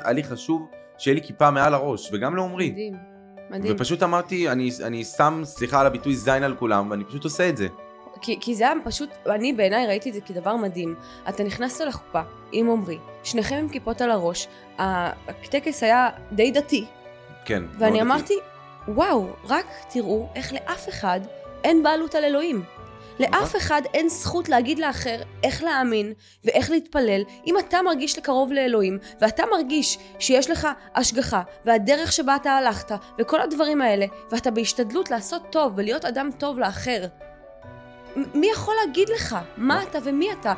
היה לי חשוב שיהיה לי כיפה מעל הראש, וגם לעומרי. מדהים, מדהים. ופשוט אמרתי, אני שם, סליחה על הביטוי, זין על כולם, ואני פשוט עושה את זה. כי זה היה פשוט, אני בעיניי ראיתי את זה כדבר מדהים. אתה נכנסת לחופה עם עומרי, שניכם עם כיפות על הראש, הטקס היה די דתי. כן. ואני אמרתי, וואו, רק תראו איך לאף אחד אין בעלות על אלוהים. לאף אחד אין זכות להגיד לאחר איך להאמין ואיך להתפלל. אם אתה מרגיש לקרוב לאלוהים, ואתה מרגיש שיש לך השגחה, והדרך שבה אתה הלכת, וכל הדברים האלה, ואתה בהשתדלות לעשות טוב ולהיות אדם טוב לאחר, מי יכול להגיד לך מה אתה ומי אתה?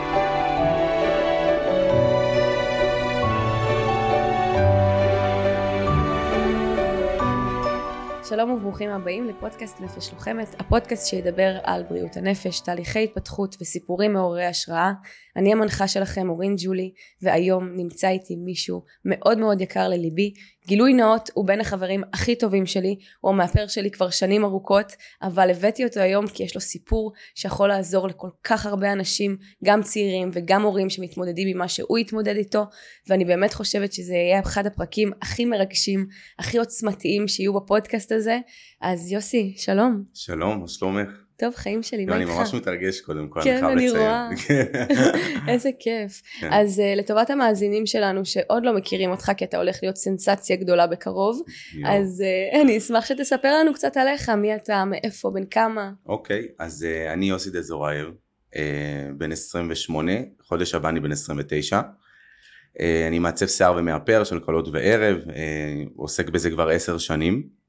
שלום וברוכים הבאים לפודקאסט נפש לוחמת, הפודקאסט שידבר על בריאות הנפש, תהליכי התפתחות וסיפורים מעוררי השראה. אני המנחה שלכם אורין ג'ולי, והיום נמצא איתי מישהו מאוד מאוד יקר לליבי. גילוי נאות, הוא בין החברים הכי טובים שלי, הוא המאפר שלי כבר שנים ארוכות, אבל הבאתי אותו היום כי יש לו סיפור שיכול לעזור לכל כך הרבה אנשים, גם צעירים וגם הורים שמתמודדים עם מה שהוא התמודד איתו, ואני באמת חושבת שזה יהיה אחד הפרקים הכי מרגשים, הכי עוצמתיים שיהיו בפודקאסט הזה. אז יוסי, שלום. שלום, מה שלומך? טוב, חיים שלי, מה אני איתך? ממש מתרגש קודם כל, כן, אני רואה. איזה כיף. כן. אז לטובת המאזינים שלנו שעוד לא מכירים אותך, כי אתה הולך להיות סנסציה גדולה בקרוב, אז אני אשמח שתספר לנו קצת עליך, מי אתה, מאיפה, בין כמה. אוקיי, אז אני יוסי דזוראייר, בן 28, חודש הבא אני בן 29. אני מעצב שיער ומאפר של קלות וערב, עוסק בזה כבר 10 שנים.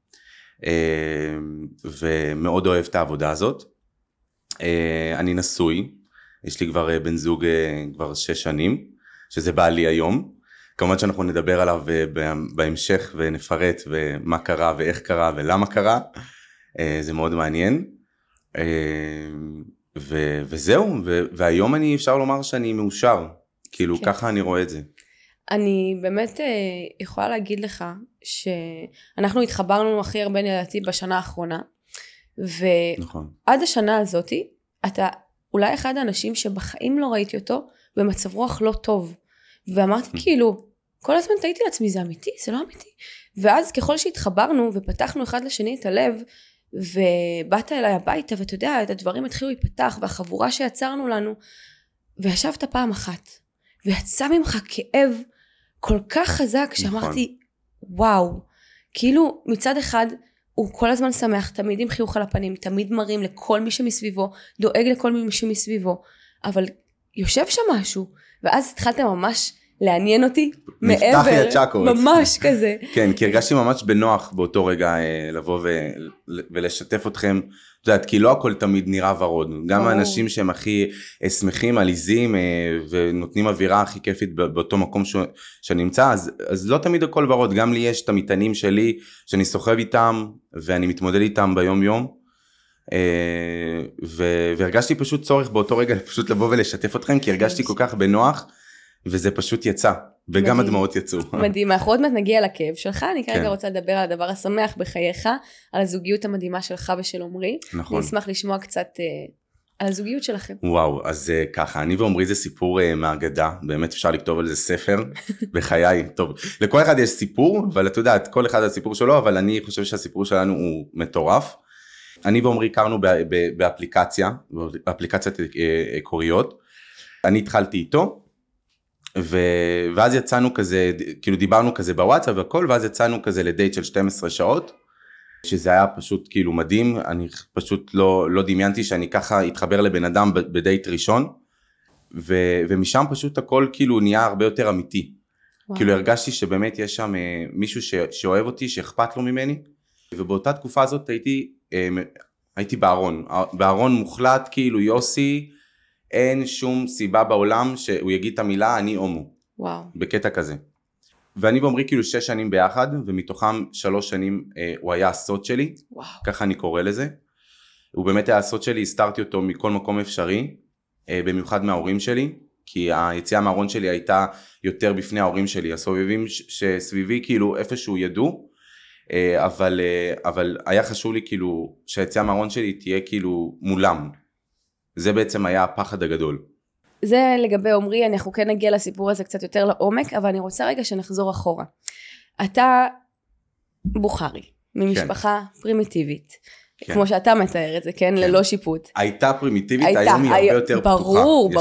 ומאוד אוהב את העבודה הזאת. אני נשוי, יש לי כבר בן זוג כבר 6 שנים, שזה בעלי היום. כמובן שאנחנו נדבר עליו בהמשך ונפרט ומה קרה ואיך קרה ולמה קרה. זה מאוד מעניין. וזהו, והיום אני אפשר לומר שאני מאושר, כאילו כן. ככה אני רואה את זה. אני באמת יכולה להגיד לך שאנחנו התחברנו הכי הרבה לדעתי בשנה האחרונה, נכון. ועד השנה הזאת אתה אולי אחד האנשים שבחיים לא ראיתי אותו במצב רוח לא טוב, ואמרתי כאילו כל הזמן תהיתי לעצמי זה אמיתי, זה לא אמיתי, ואז ככל שהתחברנו ופתחנו אחד לשני את הלב ובאת אליי הביתה ואתה יודע את הדברים התחילו להיפתח והחבורה שיצרנו לנו, וישבת פעם אחת ויצא ממך כאב כל כך חזק שאמרתי וואו, כאילו מצד אחד הוא כל הזמן שמח, תמיד עם חיוך על הפנים, תמיד מרים לכל מי שמסביבו, דואג לכל מי שמסביבו, אבל יושב שם משהו, ואז התחלת ממש לעניין אותי מעבר, ממש כזה. כן, כי הרגשתי ממש בנוח באותו רגע לבוא ולשתף אתכם, את יודעת, כי לא הכל תמיד נראה ורוד, גם האנשים שהם הכי שמחים, עליזים, ונותנים אווירה הכי כיפית באותו מקום שאני נמצא, אז לא תמיד הכל ורוד, גם לי יש את המטענים שלי, שאני סוחב איתם, ואני מתמודד איתם ביום יום, והרגשתי פשוט צורך באותו רגע, פשוט לבוא ולשתף אתכם, כי הרגשתי כל כך בנוח, וזה פשוט יצא, וגם הדמעות יצאו. מדהים, אנחנו עוד מעט נגיע לכאב שלך, אני כרגע רוצה לדבר על הדבר השמח בחייך, על הזוגיות המדהימה שלך ושל עומרי. נכון. אני אשמח לשמוע קצת על הזוגיות שלכם. וואו, אז ככה, אני ועומרי זה סיפור מהגדה, באמת אפשר לכתוב על זה ספר, בחיי, טוב, לכל אחד יש סיפור, אבל אתה יודעת, כל אחד הסיפור שלו, אבל אני חושב שהסיפור שלנו הוא מטורף. אני ועומרי הכרנו באפליקציית קוריות, אני התחלתי איתו, ואז יצאנו כזה, כאילו דיברנו כזה בוואטסאפ והכל, ואז יצאנו כזה לדייט של 12 שעות, שזה היה פשוט כאילו מדהים, אני פשוט לא דמיינתי שאני ככה אתחבר לבן אדם בדייט ראשון, ומשם פשוט הכל כאילו נהיה הרבה יותר אמיתי, כאילו הרגשתי שבאמת יש שם מישהו שאוהב אותי, שאכפת לו ממני, ובאותה תקופה הזאת הייתי בארון מוחלט, כאילו יוסי, אין שום סיבה בעולם שהוא יגיד את המילה אני הומו. וואו. בקטע כזה. ואני ועומרי כאילו 6 שנים ביחד, ומתוכם 3 שנים הוא היה הסוד שלי. וואו. ככה אני קורא לזה. הוא באמת היה הסוד שלי, הסתרתי אותו מכל מקום אפשרי, במיוחד מההורים שלי, כי היציאה מהארון שלי הייתה יותר בפני ההורים שלי, הסובבים שסביבי כאילו איפשהו ידעו, אבל היה חשוב לי כאילו שהיציאה מהארון שלי תהיה כאילו מולם. זה בעצם היה הפחד הגדול. זה לגבי עומרי, אנחנו כן נגיע לסיפור הזה קצת יותר לעומק, אבל אני רוצה רגע שנחזור אחורה. אתה בוכרי, ממשפחה פרימיטיבית, כמו שאתה מתאר את זה, כן? ללא שיפוט. הייתה פרימיטיבית, היום היא הרבה יותר פתוחה. ברור.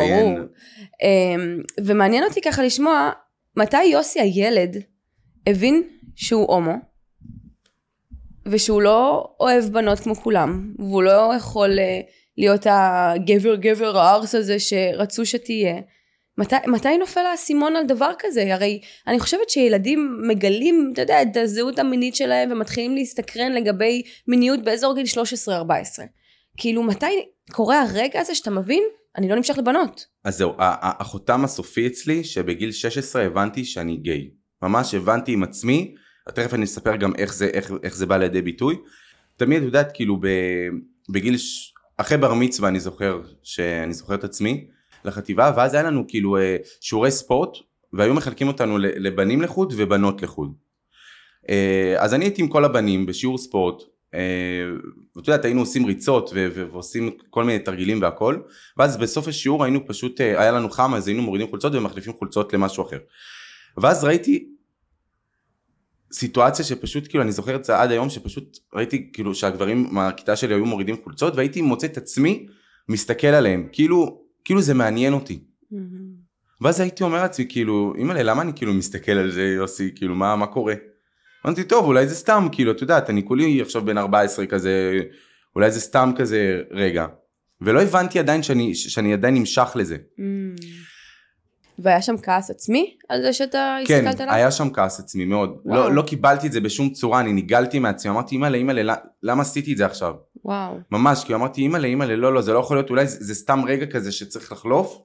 ומעניין אותי ככה לשמוע, מתי יוסי הילד הבין שהוא הומו, ושהוא לא אוהב בנות כמו כולם, והוא לא יכול להיות הגבר הארס הזה שרצו שתהיה. מתי נופל האסימון על דבר כזה? הרי אני חושבת שילדים מגלים, אתה יודע, את הזהות המינית שלהם, ומתחילים להסתקרן לגבי מיניות באזור גיל 13-14. כאילו, מתי קורה הרגע הזה שאתה מבין? אני לא נמשך לבנות. אז זהו, החותם הסופי אצלי, שבגיל 16 הבנתי שאני גיי. ממש הבנתי עם עצמי, תכף אני אספר גם איך זה בא לידי ביטוי. תמיד, אתה יודעת, כאילו, בגיל, אחרי בר מצווה אני זוכר את עצמי, לחטיבה, ואז היה לנו כאילו שיעורי ספורט, והיו מחלקים אותנו לבנים לחוד ובנות לחוד. אז אני הייתי עם כל הבנים בשיעור ספורט, ואתה יודעת, היינו עושים ריצות ועושים כל מיני תרגילים והכל, ואז בסוף השיעור היינו פשוט, היה לנו חם, אז היינו מורידים חולצות ומחליפים חולצות למשהו אחר. ואז ראיתי סיטואציה שפשוט, כאילו אני זוכר את זה עד היום, שפשוט ראיתי כאילו שהגברים מהכיתה שלי היו מורידים חולצות, והייתי מוצא את עצמי, מסתכל עליהם, כאילו זה מעניין אותי. ואז הייתי אומר לעצמי, כאילו, אמא, למה אני כאילו מסתכל על זה, יוסי, כאילו, מה קורה? אמרתי, טוב, אולי זה סתם, כאילו, אתה יודעת, אני כולי עכשיו בן 14 כזה, אולי זה סתם כזה רגע. ולא הבנתי עדיין שאני עדיין נמשך לזה. והיה שם כעס עצמי על זה שאתה הסתכלת עליו? כן, היה שם כעס עצמי מאוד. לא קיבלתי את זה בשום צורה, אני ניגלתי מעצמי, אמרתי, אמא, למה עשיתי את זה עכשיו? וואו. ממש, כי אמרתי, אמא, לא, זה לא יכול להיות, אולי זה סתם רגע כזה שצריך לחלוף,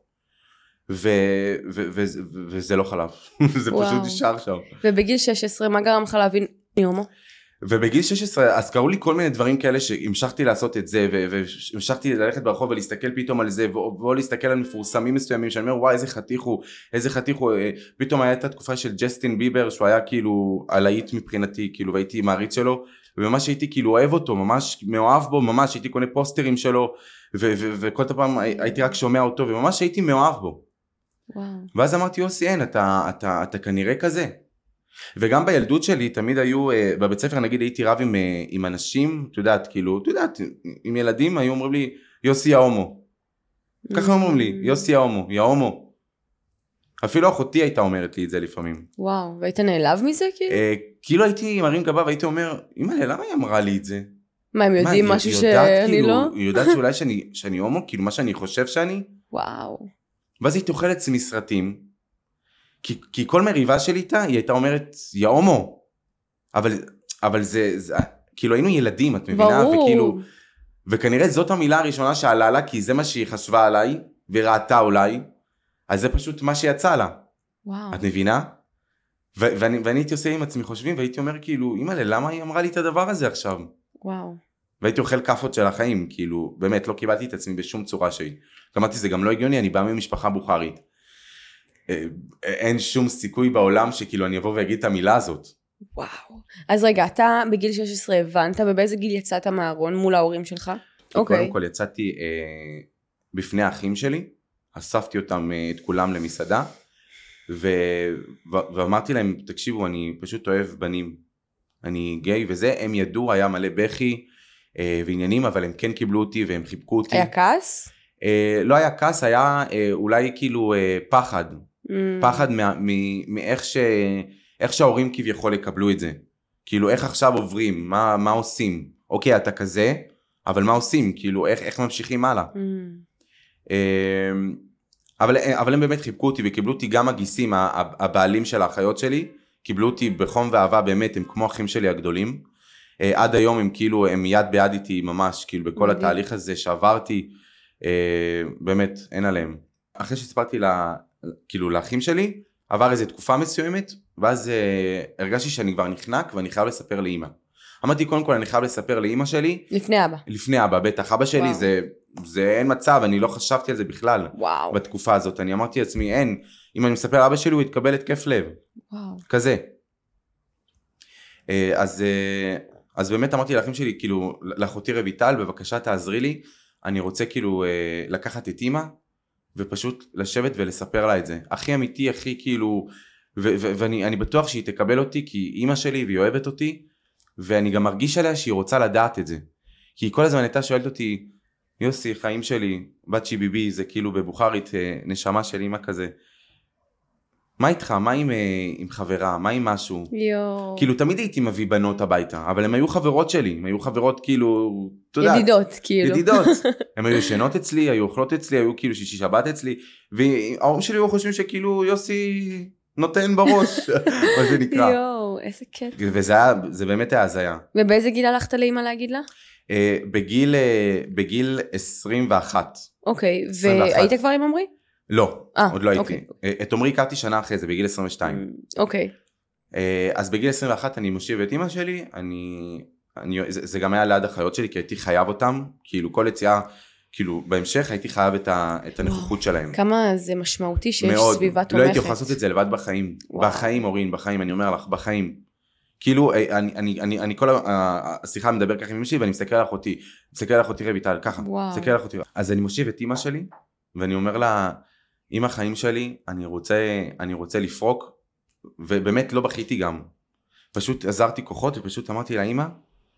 וזה לא חלף. זה פשוט נשאר שם. ובגיל 16, מה גרם לך להבין אני הומו? ובגיל 16, אז קראו לי כל מיני דברים כאלה שהמשכתי לעשות את זה, והמשכתי ללכת ברחוב ולהסתכל פתאום על זה, או להסתכל על מפורסמים מסוימים, שאני אומר, וואי, איזה חתיך הוא, פתאום הייתה תקופה של ג'סטין ביבר, שהוא היה כאילו עלאית מבחינתי, כאילו, והייתי מעריץ שלו, וממש הייתי כאילו אוהב אותו, ממש מאוהב בו, ממש הייתי קונה פוסטרים שלו, וכל פעם הייתי רק שומע אותו, וממש הייתי מאוהב בו. ואז אמרתי, יוסי, אין, אתה כנראה כזה. וגם בילדות שלי תמיד היו, בבית ספר נגיד הייתי רב עם אנשים, אתה יודעת, עם ילדים היו אומרים לי, יוסי ההומו. ככה אומרים לי, יוסי ההומו, יא הומו. אפילו אחותי הייתה אומרת לי את זה לפעמים. וואו, והיית נעלב מזה כאילו? כאילו הייתי מרים גבה והייתי אומר, אמא, למה היא אמרה לי את זה? מה, הם יודעים משהו שאני לא? היא יודעת שאולי שאני הומו, כאילו מה שאני חושב שאני? וואו. ואז היא תאכלת מסרטים, כי כל מריבה שלי איתה, היא הייתה אומרת, יא הומו. אבל זה, כאילו היינו ילדים, את מבינה? ברור. וכנראה זאת המילה הראשונה שעלה לה, כי זה מה שהיא חשבה עליי, וראתה אולי, אז זה פשוט מה שיצא לה. וואו. את מבינה? ואני הייתי עושה עם עצמי חושבים, והייתי אומר כאילו, אמא, למה היא אמרה לי את הדבר הזה עכשיו? וואו. והייתי אוכל כפות של החיים, כאילו, באמת לא קיבלתי את עצמי בשום צורה שהיא. אמרתי, זה גם לא הגיוני, אני בא ממשפחה בוכרית. אין שום סיכוי בעולם שכאילו אני אבוא ואגיד את המילה הזאת. וואו. אז רגע, אתה בגיל 16 הבנת, ובאיזה גיל יצאת מהארון מול ההורים שלך? קודם כל יצאתי בפני האחים שלי, אספתי אותם, את כולם למסעדה, ואמרתי להם, תקשיבו, אני פשוט אוהב בנים, אני גיי וזה, הם ידעו, היה מלא בכי ועניינים, אבל הם כן קיבלו אותי והם חיבקו אותי. היה כעס? לא היה כעס, היה אולי כאילו פחד. פחד מאיך שההורים כביכול יקבלו את זה. כאילו איך עכשיו עוברים, מה עושים? אוקיי, אתה כזה, אבל מה עושים? כאילו איך ממשיכים הלאה? אבל הם באמת חיבקו אותי וקיבלו אותי גם הגיסים, הבעלים של האחיות שלי, קיבלו אותי בחום ואהבה, באמת הם כמו אחים שלי הגדולים. עד היום הם כאילו, הם יד ביד איתי ממש, כאילו בכל התהליך הזה שעברתי, באמת אין עליהם. אחרי שספרתי כאילו לאחים שלי, עבר איזו תקופה מסוימת, ואז הרגשתי שאני כבר נחנק ואני חייב לספר לאמא. אמרתי קודם כל אני חייב לספר לאמא שלי. לפני אבא. לפני אבא, בטח. אבא שלי זה אין מצב, אני לא חשבתי על זה בכלל. וואו. בתקופה הזאת, אני אמרתי לעצמי אין, אם אני מספר לאבא שלי הוא יתקבל התקף לב. וואו. כזה. אז באמת אמרתי לאחים שלי, כאילו, לאחותי רויטל, בבקשה תעזרי לי, אני רוצה כאילו לקחת את אמא, ופשוט לשבת ולספר לה את זה. הכי אמיתי, הכי כאילו, ואני בטוח שהיא תקבל אותי, כי היא אמא שלי והיא אוהבת אותי, ואני גם מרגיש עליה שהיא רוצה לדעת את זה. כי היא כל הזמן הייתה שואלת אותי, יוסי, חיים שלי, בת שיביבי, זה כאילו בבוכרית, נשמה של אמא כזה. מה איתך? מה עם חברה? מה עם משהו? כאילו תמיד הייתי מביא בנות הביתה, אבל הן היו חברות שלי, הן היו חברות כאילו, תודעת. ידידות, כאילו. ידידות. הן היו ישנות אצלי, היו אוכלות אצלי, היו כאילו שישי שבת אצלי, וההורים שלי היו חושבים שכאילו יוסי נותן בראש, מה זה נקרא. יואו, איזה קטע. וזה באמת היה הזיה. ובאיזה גיל הלכת לאמא להגיד לה? בגיל 21. אוקיי, והיית כבר עם עמרי? לא, עוד לא הייתי. את עמרי הכרתי שנה אחרי זה, בגיל 22. אוקיי. אז בגיל 21 אני מושיב את אמא שלי, זה גם היה ליד החיות שלי, כי הייתי חייב אותם, כאילו כל יציאה, כאילו בהמשך הייתי חייב את הנוכחות שלהם. כמה זה משמעותי שיש סביבה תומכת. לא הייתי יכול לעשות את זה לבד בחיים. בחיים, אורין, בחיים, אני אומר לך, בחיים. כאילו, אני כל השיחה מדבר ככה עם אמא שלי, ואני מסתכל על אחותי, רויטל, ככה, מסתכל על אחותי. אז אני מושיב את אמא שלי, ואני אומר לה, אמא חיים שלי, אני רוצה לפרוק, ובאמת לא בכיתי גם. פשוט עזרתי כוחות, ופשוט אמרתי לה, אמא,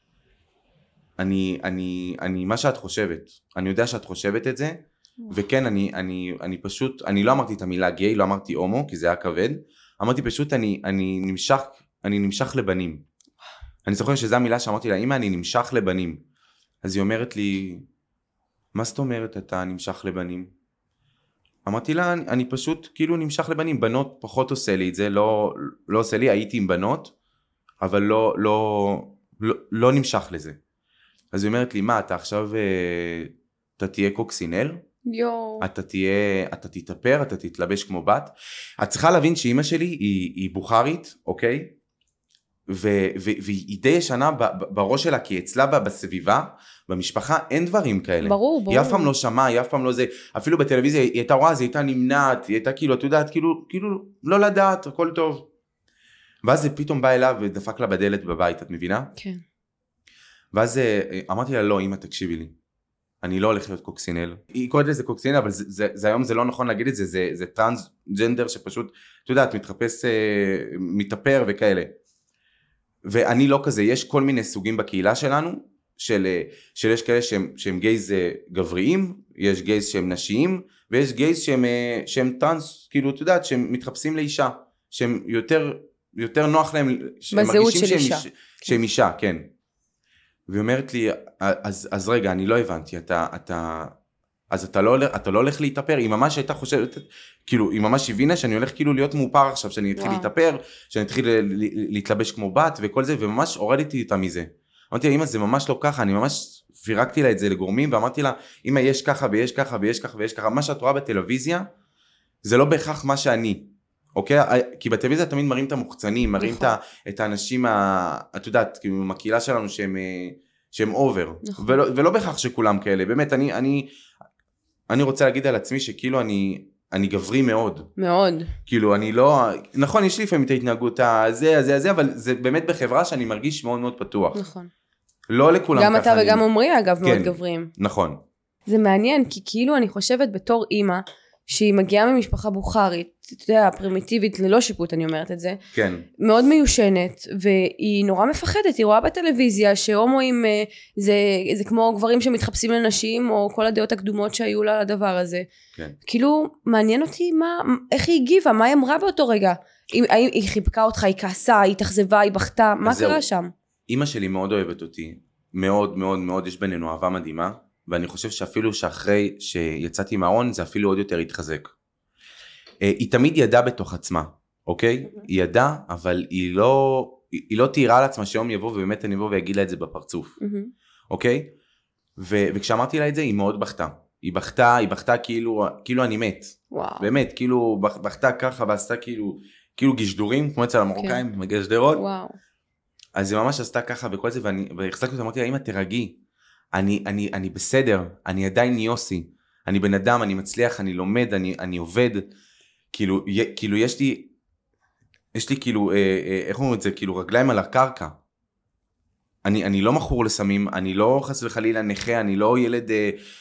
אני מה שאת חושבת, אני יודע שאת חושבת את זה, וכן, אני פשוט, אני לא אמרתי את המילה גיי, לא אמרתי הומו, כי זה היה כבד, אמרתי פשוט, אני נמשך לבנים. אני זוכר שזו המילה שאמרתי לה, אמא, אני נמשך לבנים. אז היא אומרת לי, מה זאת אומרת אתה נמשך לבנים? אמרתי לה, אני פשוט כאילו נמשך לבנים, בנות פחות עושה לי את זה, לא עושה לי, הייתי עם בנות, אבל לא נמשך לזה. אז היא אומרת לי, מה, אתה עכשיו, אתה תהיה קוקסינל? אתה תתאפר, אתה תתלבש כמו בת. את צריכה להבין שאמא שלי היא בוכרית, אוקיי? והיא די ישנה בראש שלה, כי אצלה בסביבה, במשפחה, אין דברים כאלה. ברור. היא אף פעם לא שמעה, היא אף פעם לא זה, אפילו בטלוויזיה, היא הייתה רואה, היא הייתה נמנעת, היא הייתה כאילו, את יודעת, כאילו לא לדעת, הכל טוב. ואז זה פתאום בא אליו ודפק לה בדלת בבית, את מבינה? כן. ואז אמרתי לה, לא, אמא, תקשיבי לי. אני לא הולך להיות קוקסינל. היא קוראת לזה קוקסינל, אבל היום זה לא נכון להגיד את זה, זה טרנסג'נדר שפשוט, את יודעת, מתחפש, מתאפר וכאלה. ואני לא כזה, יש כל מיני סוגים בקהילה שלנו, יש כאלה שהם גייז גבריים, יש גייז שהם נשיים, ויש גייז שהם טרנס, כאילו, את יודעת, שהם מתחפשים לאישה, שהם יותר נוח להם, בזהות של אישה. שהם אישה, כן. והיא אומרת לי, אז רגע, אני לא הבנתי, אז אתה לא הולך להתאפר, היא ממש הייתה חושבת, כאילו, היא ממש הבינה שאני הולך כאילו להיות מאופר עכשיו, שאני אתחיל להתאפר, שאני אתחיל להתלבש כמו בת וכל זה, וממש הורדתי אותה מזה. אמרתי לה, אמא, זה ממש לא ככה, אני ממש פירקתי לה את זה לגורמים, ואמרתי לה, אמא, יש ככה ויש ככה ויש ככה ויש ככה, מה שאת רואה בטלוויזיה, זה לא בהכרח מה שאני, אוקיי? כי בטלוויזיה תמיד מראים את המוחצנים, מראים את האנשים, את יודעת, כאילו, מהקהילה שלנו שהם אובר, ולא בהכרח שכולם כאלה, באמת, אני רוצה להגיד על עצמי שכאילו אני גברי מאוד. מאוד. כאילו אני לא, נכון, יש לי לפעמים את ההתנהגות הזה, אבל זה באמת בחברה שאני מרגיש מאוד מאוד פתוח. נכון. לא לכולם גם אתה וגם עמרי אגב מאוד גברים. נכון. זה מעניין, כי כאילו אני חושבת בתור אימא, שהיא מגיעה ממשפחה בוכרית, אתה יודע, פרימיטיבית, ללא שיפוט אני אומרת את זה, כן. מאוד מיושנת, והיא נורא מפחדת, היא רואה בטלוויזיה שהומואים זה כמו גברים שמתחפשים לנשים, או כל הדעות הקדומות שהיו לה לדבר הזה. כן. כאילו, מעניין אותי איך היא הגיבה, מה היא אמרה באותו רגע? האם היא חיבקה אותך, היא כעסה, היא תחזבה, היא בכתה, מה קרה שם? אמא שלי מאוד אוהבת אותי, מאוד מאוד מאוד, יש בינינו אהבה מדהימה, ואני חושב שאפילו שאחרי שיצאתי מהארון, זה אפילו עוד יותר התחזק. היא תמיד ידעה בתוך עצמה, אוקיי? היא ידעה, אבל היא לא תיראה על עצמה שיום יבוא, ובאמת אני אבוא ויגיד לה את זה בפרצוף, אוקיי? וכשאמרתי לה את זה, היא מאוד בכתה. היא בכתה כאילו אני מת. וואו. באמת, כאילו בכתה ככה, ועשתה כאילו גשדורים, כמו אצל המרוקאים, מגשדרות. וואו. אז היא ממש עשתה ככה וכל זה, והחזקתי אותה, אמרתי לה, אמא, תרגי. אני בסדר, אני עדיין יוסי, אני בן אדם, אני מצליח, אני לומד, אני עובד, כאילו יש לי כאילו, איך אומרים את זה, כאילו רגליים על הקרקע, אני לא מכור לסמים, אני לא חס וחלילה נכה, אני לא ילד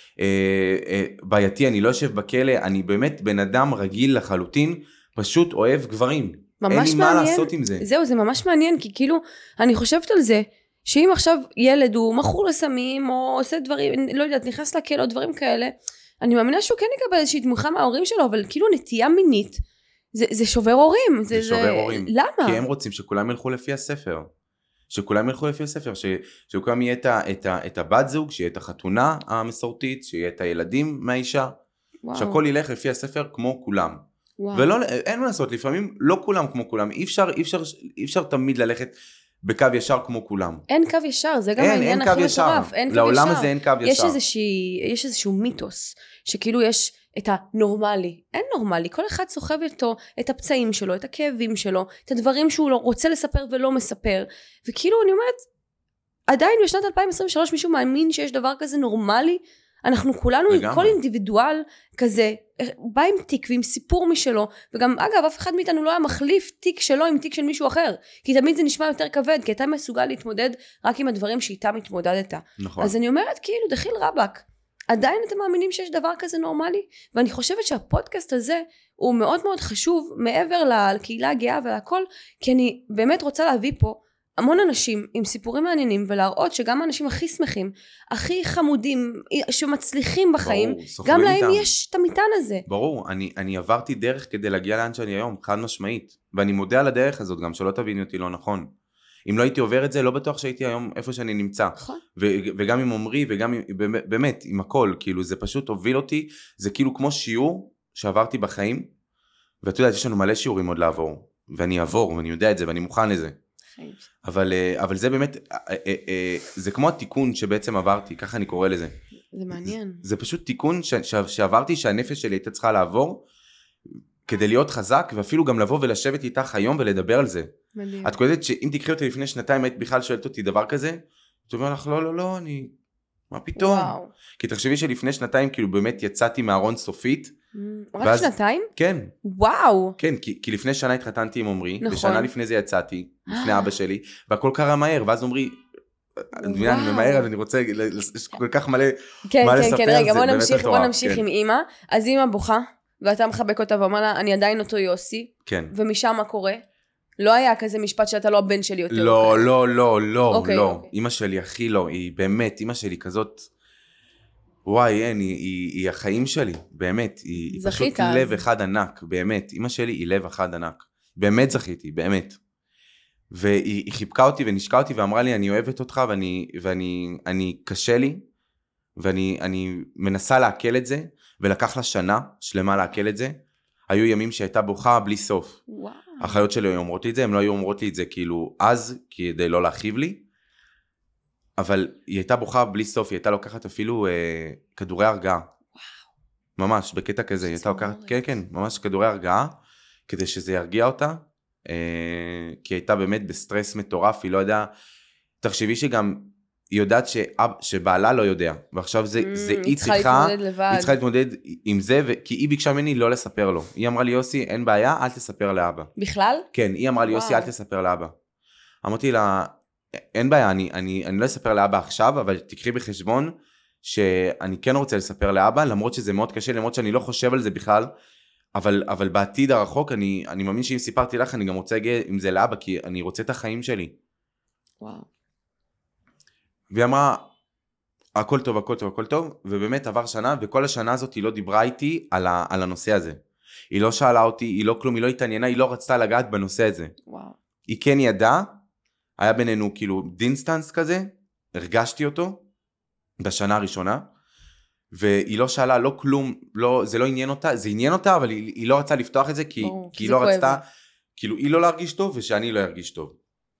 בעייתי, אני לא יושב בכלא, אני באמת בן אדם רגיל לחלוטין, פשוט אוהב גברים. אין לי מה לעשות עם זה. זהו, זה ממש מעניין, כי כאילו, אני חושבת על זה, שאם עכשיו ילד הוא מכור לסמים, או עושה דברים, לא יודעת, נכנס לכלא או דברים כאלה, אני מאמינה שהוא כן יקבל איזושהי תמיכה מההורים שלו, אבל כאילו נטייה מינית, זה שובר הורים. זה שובר הורים. למה? כי הם רוצים שכולם ילכו לפי הספר. שכולם ילכו לפי הספר, שכולם יהיה את הבת זוג, שיהיה את החתונה המסורתית, שיהיה את הילדים מהאישה, שהכל ילך לפי הספר כמו כולם. ולא, אין מה לעשות, לפעמים לא כולם כמו כולם, אי אפשר תמיד ללכת בקו ישר כמו כולם. אין קו ישר, זה גם העניין הכי מטורף. לעולם הזה אין קו ישר. יש איזשהו מיתוס, שכאילו יש את הנורמלי. אין נורמלי, כל אחד סוחב איתו את הפצעים שלו, את הכאבים שלו, את הדברים שהוא רוצה לספר ולא מספר. וכאילו אני אומרת, עדיין בשנת 2023 מישהו מאמין שיש דבר כזה נורמלי? אנחנו כולנו, כל אינדיבידואל כזה, בא עם תיק ועם סיפור משלו, וגם אגב אף אחד מאיתנו לא היה מחליף תיק שלו עם תיק של מישהו אחר, כי תמיד זה נשמע יותר כבד, כי אתה מסוגל להתמודד רק עם הדברים שאיתם התמודדת. נכון. אז אני אומרת כאילו דחיל רבק, עדיין אתם מאמינים שיש דבר כזה נורמלי? ואני חושבת שהפודקאסט הזה הוא מאוד מאוד חשוב, מעבר לקהילה הגאה ולכל, כי אני באמת רוצה להביא פה המון אנשים עם סיפורים מעניינים, ולהראות שגם האנשים הכי שמחים, הכי חמודים, שמצליחים בחיים, ברור, גם להם איתם. יש את המטען הזה. ברור, אני עברתי דרך כדי להגיע לאן שאני היום, חד משמעית, ואני מודה על הדרך הזאת גם, שלא תביני אותי לא נכון. אם לא הייתי עובר את זה, לא בטוח שהייתי היום איפה שאני נמצא. נכון. וגם עם עומרי, וגם באמת, עם הכל, כאילו זה פשוט הוביל אותי, זה כאילו כמו שיעור שעברתי בחיים, ואתה יודע, יש לנו מלא שיעורים עוד לעבור, ואני אעבור, ואני יודע את זה, ואני מוכן לזה. אבל זה באמת, זה כמו התיקון שבעצם עברתי, ככה אני קורא לזה. זה מעניין. זה פשוט תיקון שעברתי, שהנפש שלי הייתה צריכה לעבור, כדי להיות חזק, ואפילו גם לבוא ולשבת איתך היום ולדבר על זה. מדהים. את קודדת שאם תקחי אותי לפני שנתיים, היית בכלל שואלת אותי דבר כזה, את אומרת לך, לא, מה פתאום? וואו. כי תחשבי שלפני שנתיים, כאילו באמת יצאתי מהארון סופית. רק שנתיים? כן. וואו. כן, כי לפני שנה התחתנתי עם עומרי, נכון. ושנה לפני זה יצאתי, לפני אבא שלי, והכל קרה מהר, ואז עומרי, אני ממהר, אז אני רוצה, כל כך מלא לספר על זה. כן, רגע, בוא נמשיך עם אמא. אז אמא בוכה, ואתה מחבק אותה ואומר לה, אני עדיין אותו יוסי. כן. ומשם מה קורה? לא היה כזה משפט שאתה לא הבן שלי יותר. לא. אמא שלי הכי לא, היא באמת, אמא שלי כזאת, וואי, אין, היא החיים שלי, באמת, היא פשוט לב אחד ענק, באמת, אמא שלי היא לב אחד ענק, באמת זכיתי, באמת. והיא חיבקה אותי ונשקה אותי ואמרה לי, אני אוהבת אותך ואני קשה לי, ואני מנסה לעכל את זה, ולקח לה שנה שלמה לעכל את זה. היו ימים שהייתה בוכה בלי סוף. וואו. החיות שלי היו אומרות לי את זה, הם לא היו אומרות לי את זה כאילו אז, כדי לא להכאיב לי, אבל היא הייתה בוכה בלי סוף, היא הייתה לוקחת אפילו כדורי הרגעה. וואו. ממש, בקטע כזה, היא הייתה לוקחת, כן, ממש כדורי הרגעה, כדי שזה ירגיע אותה, כי היא הייתה באמת בסטרס מטורף, היא לא יודעה, תחשבי שגם היא יודעת שבעלה לא יודע, ועכשיו היא צריכה להתמודד עם זה, כי היא ביקשה ממני לא לספר לו. היא אמרה לי, יוסי, אין בעיה, אל תספר לאבא. בכלל? כן, היא אמרה לי, יוסי, אל תספר לאבא. אמרתי לה, אין בעיה, אני לא אספר לאבא עכשיו, אבל תקחי בחשבון שאני כן רוצה לספר לאבא, למרות שזה מאוד קשה, למרות שאני לא חושב על זה בכלל, אבל בעתיד הרחוק, אני מאמין שאם סיפרתי לך, אני גם רוצה להגיע עם זה לאבא, כי אני רוצה את החיים שלי. וואו. והיא אמרה, הכל טוב, ובאמת עבר שנה, וכל השנה הזאת היא לא דיברה איתי על הנושא הזה. היא לא שאלה אותי, היא לא כלום, היא לא התעניינה, היא לא רצתה לגעת בנושא הזה. וואו. היא כן ידעה, היה בינינו כאילו דינסטנס כזה, הרגשתי אותו בשנה הראשונה, והיא לא שאלה, לא כלום, זה לא עניין אותה, זה עניין אותה, אבל היא לא רצתה לפתוח את זה, כי היא לא רצתה, כאילו היא לא להרגיש טוב, ושאני לא ארגיש טוב.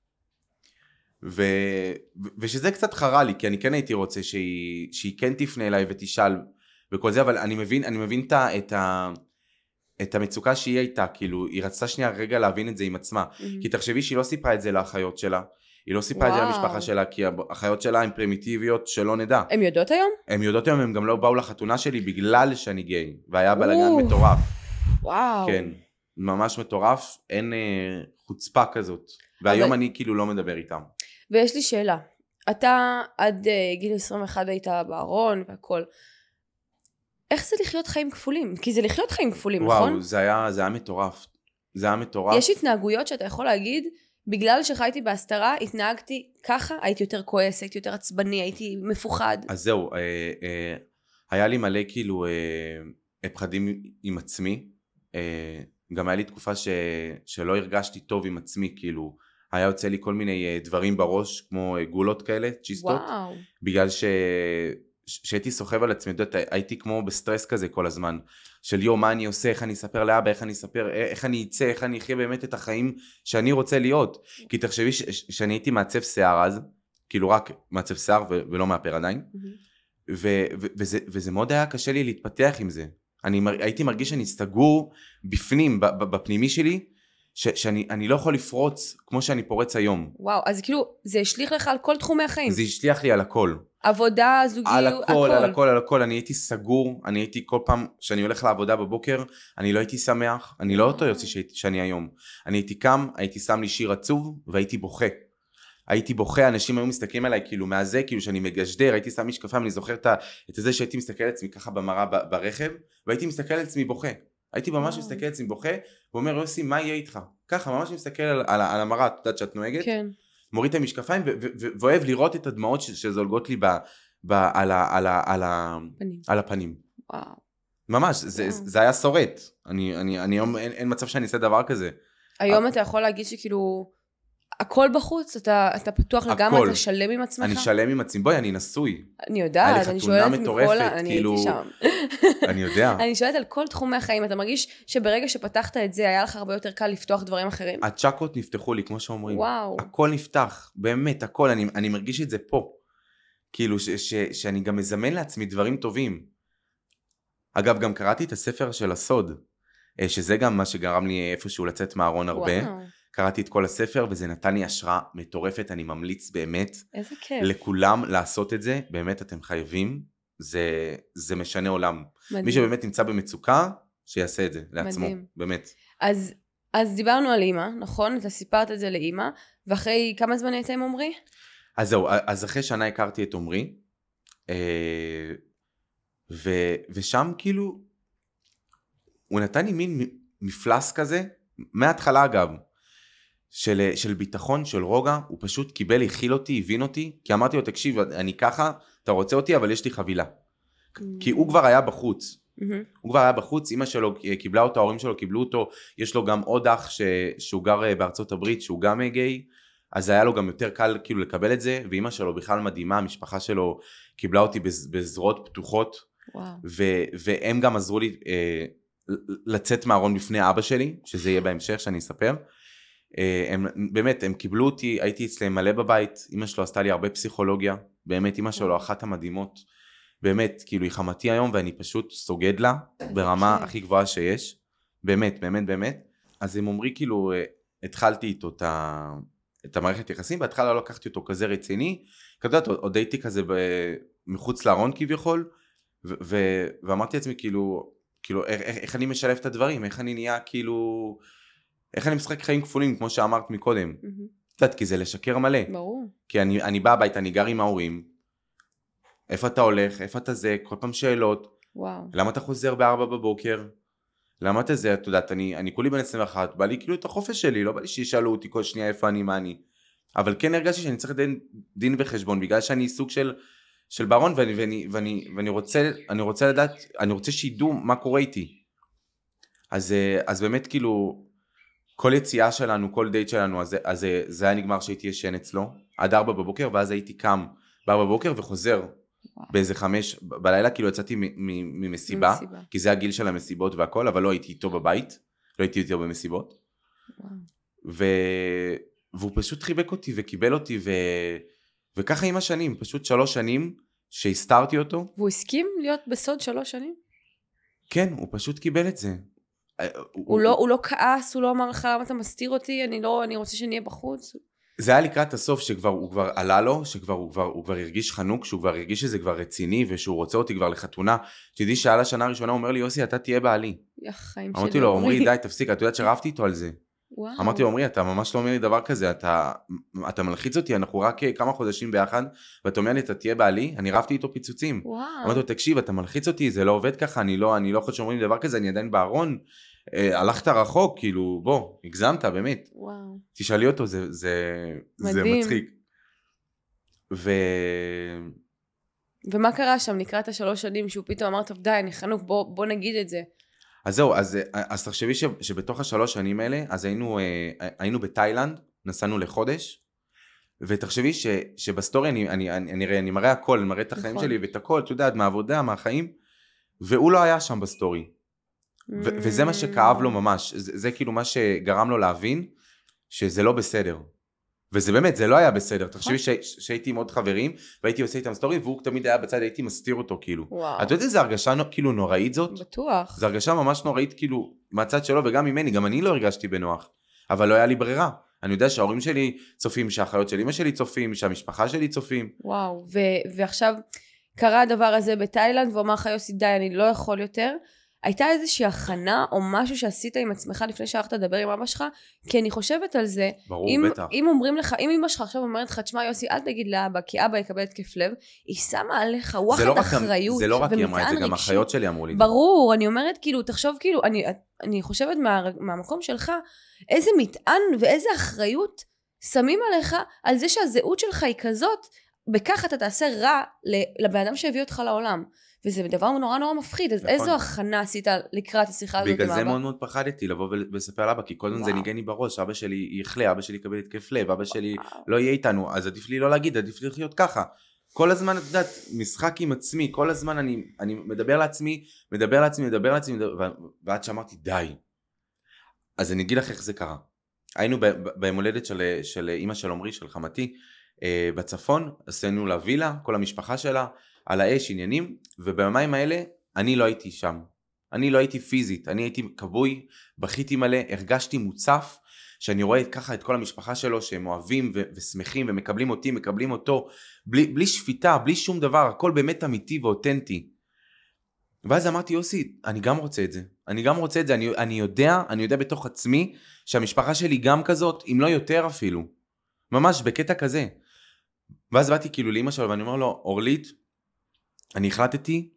ושזה קצת חרה לי, כי אני כן הייתי רוצה שהיא כן תפנה אליי ותשאל וכל זה, אבל אני מבין את המצוקה שהיא הייתה, כאילו היא רצתה שנייה רגע להבין את זה עם עצמה, כי תחשבי שהיא לא סיפרה את זה לאחיות שלה, היא לא סיפרה את זה למשפחה שלה, כי האחיות שלה הן פרימיטיביות שלא נדע. הן יודעות היום? הן יודעות היום, הן גם לא באו לחתונה שלי בגלל שאני גיי, והיה בלגן מטורף. וואו. כן, ממש מטורף, אין חוצפה כזאת, והיום אני כאילו לא מדבר איתם. ויש לי שאלה, אתה עד גיל 21 היית בארון והכל. איך זה לחיות חיים כפולים? כי זה לחיות חיים כפולים, וואו, נכון? זה היה מטורף. זה היה מטורף. יש התנהגויות שאתה יכול להגיד, בגלל שחייתי בהסתרה, התנהגתי ככה, הייתי יותר כועס, הייתי יותר עצבני, הייתי מפוחד. אז זהו, היה לי מלא כאילו פחדים עם עצמי. גם היה לי תקופה שלא הרגשתי טוב עם עצמי, כאילו היה יוצא לי כל מיני דברים בראש, כמו גולות כאלה, צ'יסטות. וואו. בגלל שהייתי סוחב על עצמי, הייתי כמו בסטרס כזה כל הזמן, של יו, מה אני עושה, איך אני אספר לאבא, איך אני אספר, איך אני אצא, איך אני אחיה באמת את החיים שאני רוצה להיות. כי תחשבי שאני הייתי מעצב שיער אז, כאילו רק מעצב שיער ולא מאפר עדיין, וזה מאוד היה קשה לי להתפתח עם זה. הייתי מרגיש שאני סגור בפנים, בפנימי שלי, שאני לא יכול לפרוץ כמו שאני פורץ היום. וואו, אז כאילו זה השליך לך על כל תחומי החיים. זה השליח לי על הכל. עבודה, זוגיות, הכל. על הכל, אני הייתי סגור, אני הייתי כל פעם שאני הולך לעבודה בבוקר, אני לא הייתי שמח, אני לא אותו יוסי שאני היום. אני הייתי קם, הייתי שם לי שיר עצוב, והייתי בוכה. הייתי בוכה, אנשים היו מסתכלים עליי כאילו מהזה, כאילו שאני מגשדר, הייתי שם משקפיים, אני זוכר את זה שהייתי מסתכל על עצמי ככה במראה ברכב, והייתי מסתכל על עצמי בוכה. הייתי ממש מסתכל על עצמי בוכה, ואומר יוסי, מה יהיה איתך? ככה, ממש מסתכל על המראה, את יודעת שאת נוהגת? כן. מוריד את המשקפיים, ואוהב לראות את הדמעות שזולגות לי על הפנים. וואו. ממש, זה היה שורט. היום אין מצב שאני אעשה דבר כזה. היום אתה יכול להגיד שכאילו, הכל בחוץ, אתה פתוח לגמרי, אתה שלם עם עצמך? אני שלם עם עצמי, בואי, אני נשוי. אני יודעת, אני שואלת מכל, אני הייתי שם. אני יודע. אני שואלת על כל תחומי החיים, אתה מרגיש שברגע שפתחת את זה, היה לך הרבה יותר קל לפתוח דברים אחרים? הצ'קות נפתחו לי, כמו שאומרים. וואו. הכל נפתח, באמת, הכל, אני מרגיש את זה פה. כאילו, שאני גם מזמן לעצמי דברים טובים. אגב, גם קראתי את הספר של הסוד, שזה גם מה שגרם לי איפשהו לצאת מהארון הרבה. וואו. קראתי את כל הספר, וזה נתן לי השראה מטורפת, אני ממליץ באמת. איזה כיף. לכולם לעשות את זה, באמת אתם חייבים, זה משנה עולם. מדהים. מי שבאמת נמצא במצוקה, שיעשה את זה לעצמו, מדהים. באמת. אז דיברנו על אמא, נכון? אתה סיפרת את זה לאמא, ואחרי כמה זמן היית עם עומרי? אז זהו, אז אחרי שנה הכרתי את עומרי, ושם כאילו, הוא נתן לי מין מפלס כזה, מההתחלה אגב, של ביטחון, של רוגע, הוא פשוט קיבל, הכיל אותי, הבין אותי, כי אמרתי לו, תקשיב, אני ככה, אתה רוצה אותי, אבל יש לי חבילה. כי הוא כבר היה בחוץ. הוא כבר היה בחוץ, אמא שלו קיבלה אותו, ההורים שלו קיבלו אותו, יש לו גם עוד אח שהוא גר בארצות הברית, שהוא גם גיי, אז היה לו גם יותר קל כאילו לקבל את זה, ואמא שלו בכלל מדהימה, המשפחה שלו קיבלה אותי בזרועות פתוחות, והם גם עזרו לי לצאת מהארון בפני אבא שלי, שזה יהיה בהמשך שאני אספר. באמת, הם קיבלו אותי, הייתי אצלם מלא בבית, אמא שלו עשתה לי הרבה פסיכולוגיה, באמת אמא שלו אחת המדהימות, באמת, כאילו היא חמתי היום ואני פשוט סוגד לה ברמה הכי גבוהה שיש, באמת, באמת, באמת. אז הם אומרים כאילו, התחלתי איתו את המערכת יחסים, בהתחלה לא לקחתי אותו כזה רציני, כדעת, עוד הייתי כזה מחוץ לארון כביכול, ואמרתי לעצמי כאילו איך אני משלב את הדברים, איך אני נהיה כאילו, איך אני משחק חיים כפולים, כמו שאמרת מקודם. קצת, כי זה לשקר מלא. ברור. כי אני בא הביתה, אני גר עם ההורים, איפה אתה הולך, איפה אתה זה, כל פעם שאלות. וואו. למה אתה חוזר ב4 בבוקר? למה אתה זה, את יודעת, אני כולי בן 21, בא לי כאילו את החופש שלי, לא בא לי שישאלו אותי כל שנייה איפה אני, מה אני. אבל כן הרגשתי שאני צריך דין וחשבון, בגלל שאני סוג של ברון, ואני רוצה לדעת, אני רוצה שידעו מה קורה איתי. אז באמת כאילו, כל יציאה שלנו, כל דייט שלנו, אז זה היה נגמר שהייתי ישן אצלו, עד 4 בבוקר, ואז הייתי קם ב4 בבוקר וחוזר באיזה 5 בלילה, כאילו יצאתי ממסיבה, כי זה הגיל של המסיבות והכל, אבל לא הייתי איתו בבית, לא הייתי איתו במסיבות. והוא פשוט חיבק אותי וקיבל אותי, וככה עם השנים, פשוט 3 שנים שהסתרתי אותו. והוא הסכים להיות בסוד 3 שנים? כן, הוא פשוט קיבל את זה. הוא לא כעס, הוא לא אמר לך למה אתה מסתיר אותי, אני רוצה שנהיה בחוץ. זה היה לקראת הסוף הוא כבר עלה לו, הוא כבר הרגיש חנוק, שהוא כבר הרגיש שזה כבר רציני, ושהוא רוצה אותי כבר לחתונה. שתדעי שעל השנה הראשונה הוא אומר לי, יוסי, אתה תהיה בעלי. חיים אמרתי לו, עומרי, די, תפסיק, את יודעת שרבתי איתו על זה. וואו. אמרתי לו, עמרי, אתה ממש לא אומר לי דבר כזה, אתה מלחיץ אותי, אנחנו רק כמה חודשים ביחד, ואתה אומר לי, אתה תהיה בעלי, אני רבתי איתו פיצוצים. וואו. אמרתי לו, תקשיב, אתה מלחיץ אותי, זה לא עובד ככה, אני לא חושב שאומרים דבר כזה, אני עדיין בארון, הלכת רחוק, כאילו, בוא, הגזמת, באמת. וואו. תשאלי אותו, זה מצחיק. ומה קרה שם לקראת 3 שנים שהוא פתאום אמר, טוב די, אני חנוק, בוא נגיד את זה. אז זהו, אז תחשבי שבתוך 3 שנים האלה, אז היינו בתאילנד, נסענו לחודש, ותחשבי שבסטורי אני מראה הכל, אני מראה את החיים שלי ואת הכל, אתה יודעת, מהעבודה, מהחיים, והוא לא היה שם בסטורי. וזה מה שכאב לו ממש, זה כאילו מה שגרם לו להבין שזה לא בסדר. וזה באמת, זה לא היה בסדר. תחשבי שהייתי עם עוד חברים, והייתי עושה איתם סטורי, והוא תמיד היה בצד, הייתי מסתיר אותו כאילו. את יודעת איזה הרגשה כאילו נוראית זאת? בטוח. זו הרגשה ממש נוראית כאילו מהצד שלו, וגם ממני, גם אני לא הרגשתי בנוח. אבל לא היה לי ברירה. אני יודע שההורים שלי צופים, שהאחיות של אמא שלי צופים, שהמשפחה שלי צופים. וואו, ועכשיו קרה הדבר הזה בתאילנד, ואומר לך יוסי די, אני לא יכול יותר. הייתה איזושהי הכנה או משהו שעשית עם עצמך לפני שהלכת לדבר עם אבא שלך? כי אני חושבת על זה, ברור, בטח. אם אומרים לך, אם אמא שלך עכשיו אומרת לך, תשמע יוסי, אל תגיד לאבא, כי אבא יקבל התקף לב, היא שמה עליך וואחד אחריות. זה לא רק היא אמרה את זה, גם החיות שלי אמרו לי. ברור, אני אומרת כאילו, תחשוב כאילו, אני חושבת מהמקום שלך, איזה מטען ואיזה אחריות שמים עליך, על זה שהזהות שלך היא כזאת, בכך אתה תעשה רע לבן אדם שהביא אותך לעולם. וזה דבר נורא נורא מפחיד, אז איזו הכנה עשית לקראת השיחה הזאת עם אבא? בגלל זה מאוד מאוד פחדתי לבוא ולספר לאבא, כי כל זמן זה ניגן לי בראש, אבא שלי יחלה, אבא שלי יקבל התקף לב, אבא שלי לא יהיה איתנו, אז עדיף לי לא להגיד, עדיף לי לחיות ככה. כל הזמן, את יודעת, משחק עם עצמי, כל הזמן אני מדבר לעצמי, ועד שאמרתי די. אז אני אגיד לך איך זה קרה. היינו ביום הולדת של אמא של עמרי, של חמתי, בצפון, עשינו לה וילה, כל המשפחה שלה, על האש, עניינים, וביומיים האלה אני לא הייתי שם. אני לא הייתי פיזית, אני הייתי קבוי, בכיתי מלא, הרגשתי מוצף, שאני רואה ככה את כל המשפחה שלו, שהם אוהבים ושמחים, ומקבלים אותי, מקבלים אותו, בלי שפיטה, בלי שום דבר, הכל באמת אמיתי ואותנטי. ואז אמרתי, יוסי, אני גם רוצה את זה. אני יודע בתוך עצמי, שהמשפחה שלי גם כזאת, אם לא יותר אפילו. ממש בקטע כזה. ואז באתי כאילו לאמא שלו, ואני אומר לו, אורלית, אני החלטתי,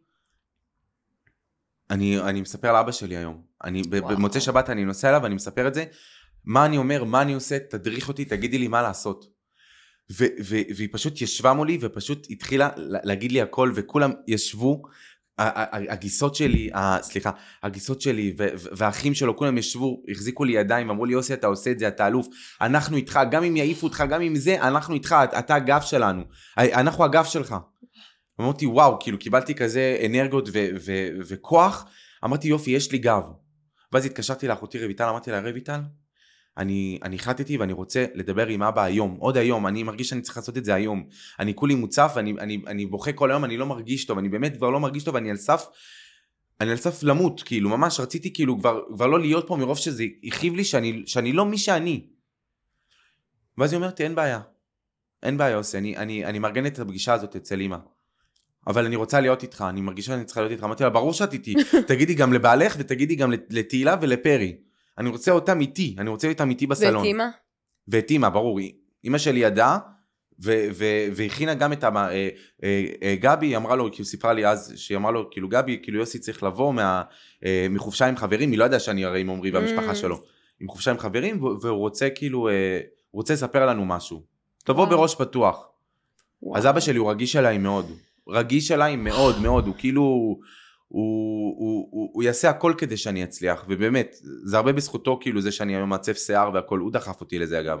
אני מספר לאבא שלי היום. במוצאי שבת אני נוסע אליו ואני מספר את זה. מה אני אומר, מה אני עושה, תדריך אותי, תגידי לי מה לעשות. והיא פשוט ישבה מולי ופשוט התחילה להגיד לי הכל, וכולם ישבו, הגיסות שלי והאחים שלו, כולם ישבו, החזיקו לי ידיים, ואמרו לי, יוסי, אתה עושה את זה, אתה אלוף, אנחנו איתך, גם אם יעיפו אותך, גם אם זה, אנחנו איתך, אתה הגב שלנו, אנחנו הגב שלך. אמרתי, וואו, כאילו קיבלתי כזה אנרגיות וכוח, אמרתי, יופי, יש לי גב. ואז התקשרתי לאחותי רויטל, אמרתי לה, רויטל, אני החלטתי ואני רוצה לדבר עם אבא היום, עוד היום, אני מרגיש שאני צריך לעשות את זה היום. אני כולי מוצף, אני בוכה כל היום, אני לא מרגיש טוב, אני באמת כבר לא מרגיש טוב, אני על סף למות, כאילו, ממש רציתי כאילו כבר לא להיות פה מרוב שזה הכאיב לי שאני לא מי שאני. ואז היא אומרת, אין בעיה עושה, אני מארגנת את הפגישה הזאת אצל אמא. אבל אני רוצה להיות איתך, אני מרגישה שאני צריכה להיות איתך. אמרתי לה, ברור שאת איתי, תגידי גם לבעלך ותגידי גם לתהילה ולפרי. אני רוצה אותם איתי, אני רוצה אותם איתי בסלון. ואת אמא? ואת אמא, ברור. אמא שלי ידעה, והכינה גם את גבי, היא אמרה לו, כי הוא סיפרה לי אז, שהיא אמרה לו, כאילו גבי, כאילו יוסי צריך לבוא מחופשה עם חברים, היא לא ידעה שאני הרי עם עמרי והמשפחה שלו, עם חופשה עם חברים, והוא רוצה כאילו, הוא רוצה לספר לנו משהו. תבוא בראש פתוח. אז אבא שלי הוא רגיש אליי מאוד. רגיש אליי מאוד מאוד, הוא כאילו, הוא יעשה הכל כדי שאני אצליח, ובאמת, זה הרבה בזכותו כאילו זה שאני היום מעצב שיער והכל, הוא דחף אותי לזה אגב.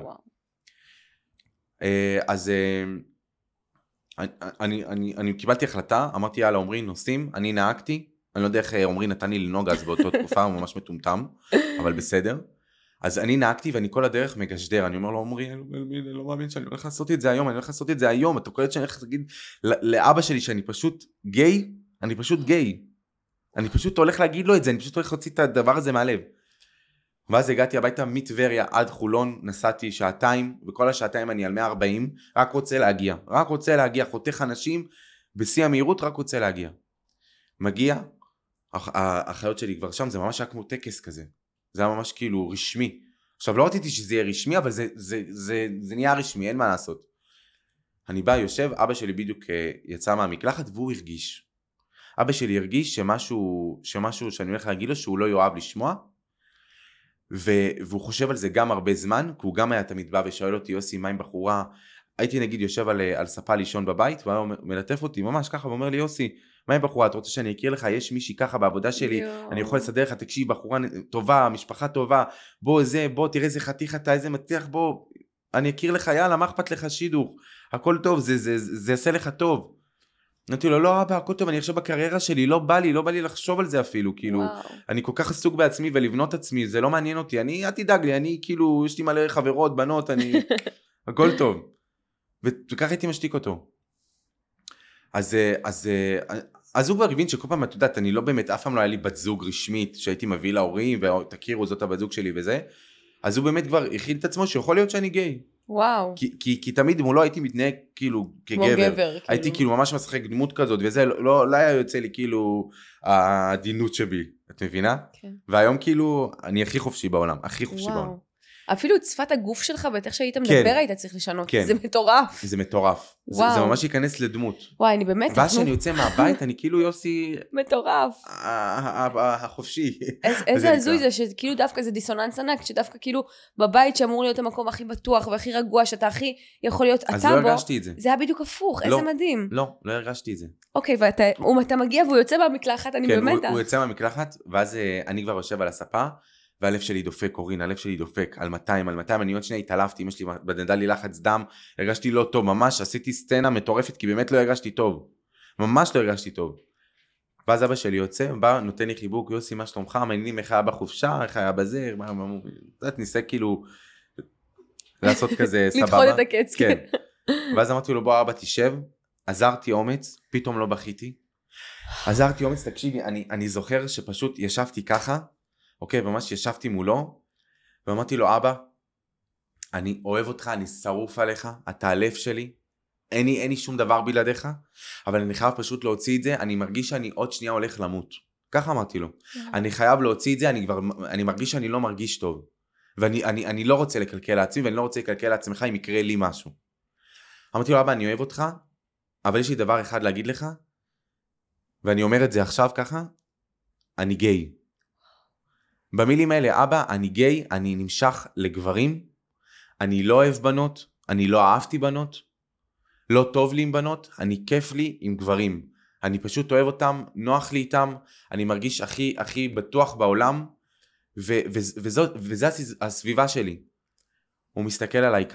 אז אני קיבלתי החלטה, אמרתי יאללה עמרי נוסעים, אני נהגתי, אני לא יודע איך עמרי נתן לי לנהוג אז באותו תקופה, הוא ממש מטומטם, אבל בסדר. אז אני נהגתי ואני כל הדרך מגשדר, אני אומר לו, עמרי, אני לא מאמין שאני הולך לעשות את זה היום, אתה קולט שאני הולך להגיד לאבא שלי שאני פשוט גיי, אני פשוט הולך להגיד לו את זה, אני פשוט הולך להוציא את הדבר הזה מהלב. ואז הגעתי הביתה מטבריה עד חולון, נסעתי 2 שעתיים, וכל השעתיים אני על 140, רק רוצה להגיע, חותך אנשים, בשיא המהירות רק רוצה להגיע. מגיע, החיות שלי כבר שם, זה ממש היה כמו טקס כזה. זה היה ממש כאילו רשמי. עכשיו לא רציתי שזה יהיה רשמי, אבל זה נהיה רשמי, אין מה לעשות. אני בא, יושב, אבא שלי בדיוק יצא מהמקלחת, והוא הרגיש. אבא שלי הרגיש שמשהו שאני הולך להגיד לו, שהוא לא יאהב לשמוע, והוא חושב על זה גם הרבה זמן, כי הוא גם היה תמיד בא ושואל אותי, יוסי, מה עם בחורה? הייתי נגיד יושב על ספה לישון בבית, והוא מלטף אותי ממש ככה, ואומר לי, יוסי, מה עם בחורה? אתה רוצה שאני אכיר לך? יש מישהי ככה בעבודה שלי, אני יכול לסדר לך, תקשיב, בחורה טובה, משפחה טובה, בוא, תראה איזה חתיך אתה, איזה מצליח, בוא, אני אכיר לך, יאללה, מה אכפת לך שידוך? הכל טוב, זה יעשה לך טוב. אמרתי לו, לא אבא, הכל טוב, אני עכשיו בקריירה שלי, לא בא לי לחשוב על זה אפילו, כאילו, אני כל כך עסוק בעצמי ולבנות עצמי, זה לא מעניין אותי, אל תדאג לי, אני כאילו, יש לי מלא חברות, בנות, הכל טוב. וכך הייתי משתיק אותו. אז הוא כבר הבין שכל פעם, את יודעת, אני לא באמת, אף פעם לא היה לי בת זוג רשמית, שהייתי מביא להורים, ותכירו, זאת הבת זוג שלי וזה, אז הוא באמת כבר הכין את עצמו, שיכול להיות שאני גיי. וואו. כי תמיד מולו הייתי מתנהג כאילו כגבר. הייתי כאילו ממש משחק דמות כזאת, וזה לא היה יוצא לי כאילו העדינות שבי, את מבינה? כן. והיום כאילו אני הכי חופשי בעולם, הכי חופשי בעולם. אפילו את שפת הגוף שלך ואת איך שהיית מדבר היית צריך לשנות, זה מטורף. זה מטורף, זה ממש ייכנס לדמות. וואי, אני באמת... ואז שאני יוצא מהבית, אני כאילו יוסי... מטורף. החופשי. איזה הזוי זה, שכאילו דווקא זה דיסוננס ענק, שדווקא כאילו בבית שאמור להיות המקום הכי בטוח והכי רגוע, שאתה הכי יכול להיות אתה בו. אז לא הרגשתי את זה. זה היה בדיוק הפוך, איזה מדהים. לא הרגשתי את זה. אוקיי, ואתה מגיע והוא יוצא מהמקלחת, אני באמת... כן, הוא יוצא מהמקלחת, ואז אני כבר יושב על הספה, והלב שלי דופק, קורין, הלב שלי דופק על 200, אני עוד שנייה התעלפתי, אמא שלי בדנדה לי לחץ דם, הרגשתי לא טוב, ממש עשיתי סצנה מטורפת, כי באמת לא הרגשתי טוב, ממש לא הרגשתי טוב. ואז אבא שלי יוצא, בא, נותן לי חיבוק, יוסי, מה שלומך, מעניינים איך היה בחופשה, איך היה בזה, ניסה כאילו לעשות כזה סבבה. לדחות את הקץ. כן. ואז אמרתי לו, בוא אבא תשב, עזרתי אומץ, פתאום לא בכיתי, עזרתי אומץ, תקשיבי, אני זוכר שפשוט ישבתי ככה, אוקיי, ממש ישבתי מולו, ואמרתי לו, אבא, אני אוהב אותך, אני שרוף עליך, אתה הלב שלי, אין לי שום דבר בלעדיך, אבל אני חייב פשוט להוציא את זה, אני מרגיש שאני עוד שנייה הולך למות. ככה אמרתי לו. אני חייב להוציא את זה, אני מרגיש שאני לא מרגיש טוב. ואני לא רוצה לקלקל לעצמי, ואני לא רוצה לקלקל לעצמך אם יקרה לי משהו. אמרתי לו, אבא, אני אוהב אותך, אבל יש לי דבר אחד להגיד לך, ואני אומר את זה עכשיו ככה, אני גיי. במילים האלה, אבא, אני גיי, אני נמשך לגברים, אני לא אוהב בנות, אני לא אהבתי בנות, לא טוב לי עם בנות, אני כיף לי עם גברים. אני פשוט אוהב אותם, נוח לי איתם, אני מרגיש הכי בטוח בעולם, וזה הסביבה שלי. הוא מסתכל עליי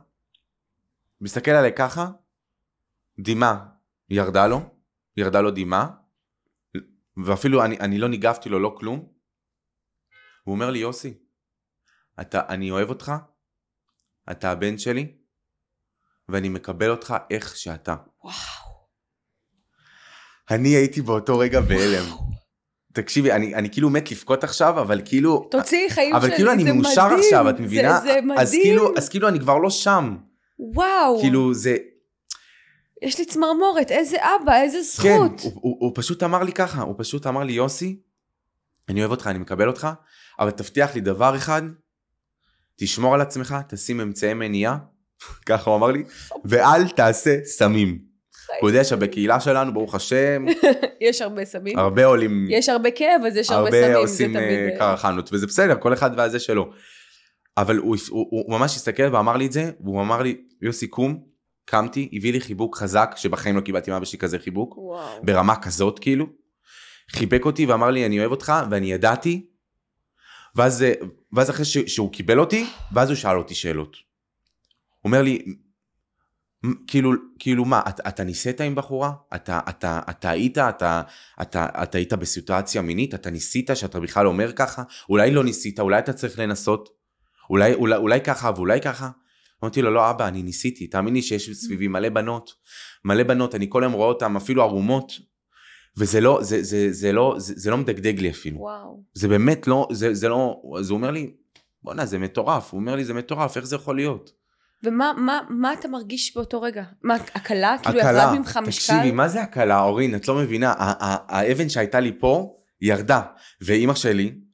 ככה, דימה ירדה לו דימה, ואפילו אני לא ניגבתי לו, לא כלום. הוא אומר לי, יוסי, אני אוהב אותך, אתה הבן שלי, ואני מקבל אותך איך שאתה. וואו. אני הייתי באותו רגע בהלם. תקשיבי, אני כאילו מת לפקוט עכשיו, אבל כאילו... תוציאי חיים אבל שלי, כאילו אני מאושר עכשיו, את מבינה? זה מדהים. אז כאילו אני כבר לא שם. וואו. כאילו זה... יש לי צמרמורת, איזה אבא, איזה זכות. כן, הוא פשוט אמר לי ככה, הוא פשוט אמר לי, יוסי, אני אוהב אותך, אני מקבל אותך, אבל תבטיח לי דבר אחד, תשמור על עצמך, תשים אמצעי מניעה, ככה הוא אמר לי, ואל תעשה סמים. הוא יודע שבקהילה שלנו, ברוך השם, יש הרבה סמים. הרבה עולים. יש הרבה כאב, אז יש הרבה סמים. הרבה עושים קרחנות, וזה בסדר, כל אחד והזה שלו. אבל הוא ממש הסתכל ואמר לי את זה, והוא אמר לי, יוסי קום, קמתי, הביא לי חיבוק חזק, שבחיים לא קיבלתי מאבא שלי כזה חיבוק, ברמה כזאת כאילו, חיבק אותי ואמר לי, אני אוהב אותך, ואני ידעתי, ואז אחרי שהוא קיבל אותי, ואז הוא שאל אותי שאלות. הוא אומר לי, כאילו מה, אתה ניסית עם בחורה? אתה היית בסיטואציה מינית? אתה ניסית שאתה בכלל אומר ככה? אולי לא ניסית, אולי אתה צריך לנסות? אולי ככה ואולי ככה? אמרתי לו, לא אבא, אני ניסיתי, תאמין לי שיש סביבי מלא בנות, אני כל היום רואה אותם אפילו ערומות, וזה לא מדגדג לי אפילו. וואו. זה באמת לא, זה לא, אז הוא אומר לי, בוא'נה, זה מטורף, הוא אומר לי, זה מטורף, איך זה יכול להיות? ומה אתה מרגיש באותו רגע? מה, הקלה? כאילו ירדה ממך משקל? תקשיבי, מה זה הקלה, אורין? את לא מבינה, האבן שהייתה לי פה, ירדה, ואמא שלי,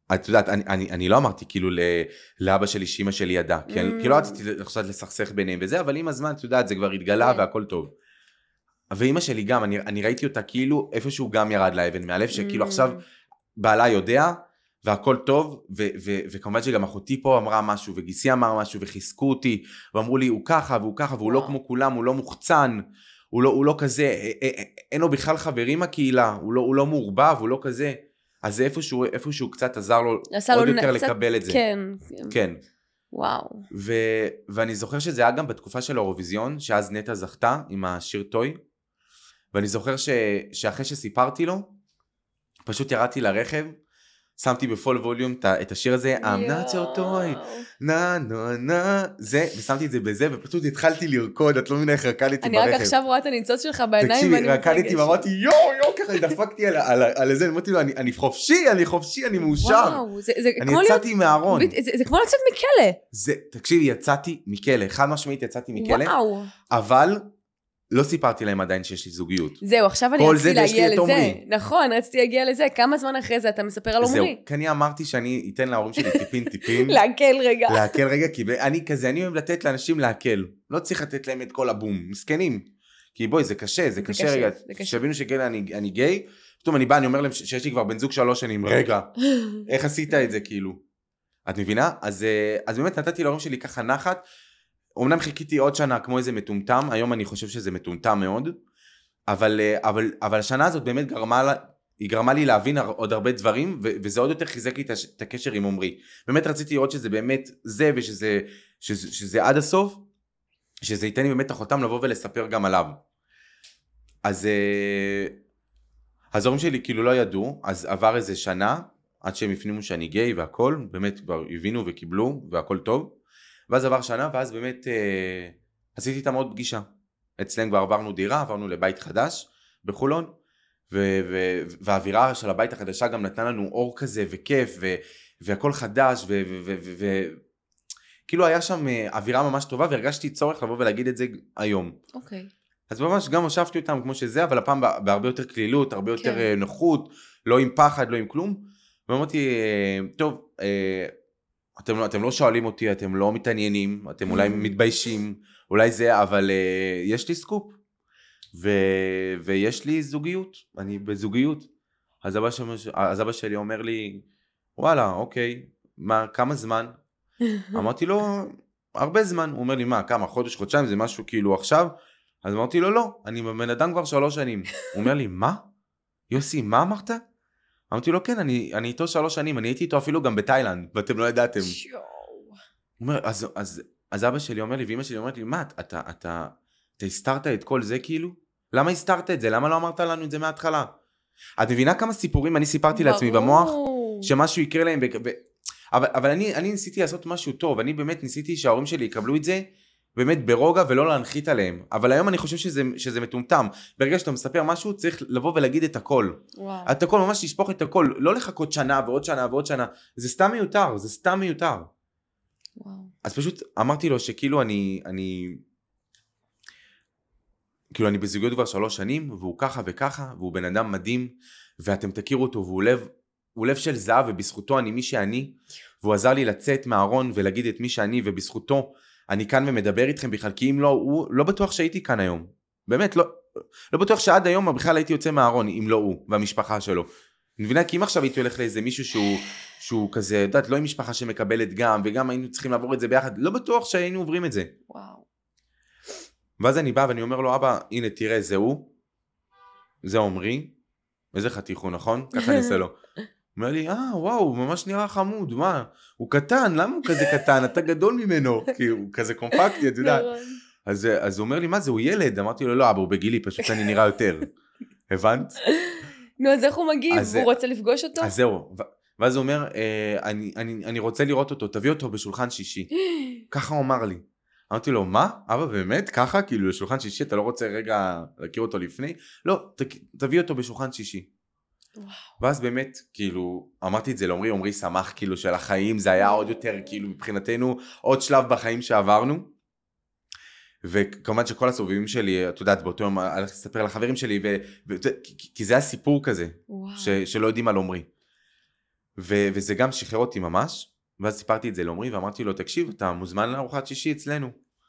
את יודעת, אני לא אמרתי כאילו לאבא שלי שאמא שלי ידע, כי לא רציתי לסכסך ביניהם וזה, אבל עם הזמן, את יודעת, זה כבר התגלה והכל טוב. ואמא שלי גם, אני ראיתי אותה כאילו איפשהו גם ירד לאבן מהלב, שכאילו עכשיו בעלה יודע, והכל טוב, וכמובן שגם אחותי פה אמרה משהו, וגיסי אמר משהו, וחיזקו אותי, ואמרו לי, הוא ככה, והוא ככה, והוא לא כמו כולם, הוא לא מוחצן, הוא לא כזה, אין לו בכלל חברים הקהילה, הוא לא מעורבב, הוא לא כזה, אז זה איפשהו קצת עזר לו עוד יותר לקבל את זה. כן. כן. וואו. ואני זוכר שזה היה גם בתקופה של האירוויזיון, שאז נטע זכתה עם השיר טוי, ואני זוכר שאחרי שסיפרתי לו, פשוט ירדתי לרכב, שמתי בפול ווליום את השיר הזה, I'm not your toy, נה נה נה, זה, ושמתי את זה בזה, ופשוט התחלתי לרקוד, את לא מבינה איך רקדתי ברכב. אני רק עכשיו רואה את הניצוץ שלך בעיניים, תקשיבי, רקדתי ואמרתי, יו, ככה דפקתי על זה, אמרתי לו, אני חופשי, אני מאושר. וואו, אני יצאתי מהארון. זה כמו לצאת מכלא. תקשיבי, יצאתי מכלא, חד משמעית יצאתי מכלא, וואו. אבל לא סיפרתי להם עדיין שיש לי זוגיות. זהו, עכשיו אני רציתי להגיע לזה. נכון, רציתי להגיע לזה. כמה זמן אחרי זה אתה מספר על עומרי? זהו, כי אני אמרתי שאני אתן להורים שלי טיפין. להקל רגע. כי אני אוהב לתת לאנשים להקל. לא צריך לתת להם את כל הבום. מסכנים. כי בואי, זה קשה רגע. שבינו שכאלה אני גיי. פתאום אני בא, אני אומר להם שיש לי כבר בן זוג 3 שנים. רגע, איך עשית את זה כאילו? את מבינה? אז באמת נתתי להורים שלי ככה נחת. אמנם חיכיתי עוד שנה כמו איזה מטומטם, היום אני חושב שזה מטומטם מאוד, אבל השנה הזאת באמת גרמה לי להבין עוד הרבה דברים, וזה עוד יותר חיזק לי את הקשר עם עומרי. באמת רציתי לראות שזה באמת זה, ושזה עד הסוף, שזה ייתן לי באמת החותם לבוא ולספר גם עליו. אז ההורים שלי כאילו לא ידעו, אז עבר איזה שנה, עד שהם הפנימו שאני גיי והכל, באמת כבר הבינו וקיבלו והכל טוב. ואז עבר שנה, ואז באמת עשיתי איתם עוד פגישה. אצלם כבר עברנו דירה, עברנו לבית חדש בחולון, והאווירה של הבית החדשה גם נתנה לנו אור כזה וכיף, והכל חדש, כאילו היה שם אווירה ממש טובה, והרגשתי צורך לבוא ולהגיד את זה היום. אוקיי. אז ממש גם הושבתי אותם כמו שזה, אבל הפעם בהרבה יותר כלילות, הרבה יותר נוחות, לא עם פחד, לא עם כלום. ואמרתי, טוב, אתם לא שואלים אותי, אתם לא מתעניינים, אתם אולי מתביישים, אולי זה, אבל יש לי סקופ, ויש לי זוגיות, אני בזוגיות. אז אבא שלי אומר לי, וואלה, אוקיי, כמה זמן? אמרתי לו, הרבה זמן. הוא אומר לי, מה, כמה, חודש, חודשיים, זה משהו כאילו עכשיו? אז אמרתי לו, לא, אני בן אדם כבר 3 שנים. הוא אומר לי, מה? יוסי, מה אמרת? אמרתי לו, כן, אני איתו 3 שנים, אני הייתי איתו אפילו גם בתאילנד, ואתם לא ידעתם. הוא אומר, אז אבא שלי אומר לי, ואמא שלי אומרת לי, מה, אתה הסתרת את כל זה כאילו? למה הסתרת את זה? למה לא אמרת לנו את זה מההתחלה? את מבינה כמה סיפורים אני סיפרתי לעצמי במוח, שמשהו יקרה להם, אבל אני ניסיתי לעשות משהו טוב, אני באמת ניסיתי שההורים שלי יקבלו את זה, באמת ברוגע ולא להנחית עליהם. אבל היום אני חושב שזה מטומטם. ברגע שאתה מספר משהו, צריך לבוא ולהגיד את הכל. וואו. את הכל, ממש לשפוך את הכל. לא לחכות שנה ועוד שנה ועוד שנה. זה סתם מיותר, וואו. אז פשוט אמרתי לו שכאילו כאילו אני בזוגיות כבר 3 שנים, והוא ככה וככה, והוא בן אדם מדהים, ואתם תכירו אותו, והוא לב של זהב, ובזכותו אני מי שאני, והוא עזר לי לצאת מהארון ולהגיד את מי שאני, ובזכותו אני כאן ומדבר איתכם בכלל, כי אם לא, הוא לא בטוח שהייתי כאן היום. באמת, לא בטוח שעד היום בכלל הייתי יוצא מהארון, אם לא הוא והמשפחה שלו. אני מבינה, כי אם עכשיו הייתי הולך לאיזה מישהו שהוא כזה, יודעת, לא עם משפחה שמקבלת גם, וגם היינו צריכים לעבור את זה ביחד, לא בטוח שהיינו עוברים את זה. וואו. ואז אני בא ואני אומר לו, אבא, הנה תראה, זה עומרי, איזה חתיך הוא, נכון? ככה אני עושה לו. הוא אומר לי, וואו, הוא ממש נראה חמוד, מה? הוא קטן, למה הוא כזה קטן? אתה גדול ממנו, כי הוא כזה קומפקטי, את יודעת. אז הוא אומר לי, מה זה, הוא ילד? אמרתי לו, לא, אבא, הוא בגילי, פשוט אני נראה יותר. הבנת? נו, אז איך הוא מגיב? הוא רוצה לפגוש אותו? אז זהו. ואז הוא אומר, אני רוצה לראות אותו, תביא אותו בשולחן שישי. ככה הוא אמר לי. אמרתי לו, מה? אבא, באמת? ככה? כאילו, לשולחן שישי, אתה לא רוצה רגע להכיר אותו לפני? לא, תביא אותו בשולחן שישי. ואז באמת, כאילו, אמרתי את זה לעומרי, עומרי שמח, כאילו, של החיים, זה היה עוד יותר, כאילו, מבחינתנו, עוד שלב בחיים שעברנו. וכמובן שכל הסובבים שלי, את יודעת, באותו יום, הלכתי לספר לחברים שלי, כי זה היה סיפור כזה, שלא יודעים על עומרי. וזה גם שחרר אותי ממש, ואז סיפרתי את זה לעומרי, ואמרתי לו, תקשיב, אתה מוזמן לארוחת שישי אצלנו.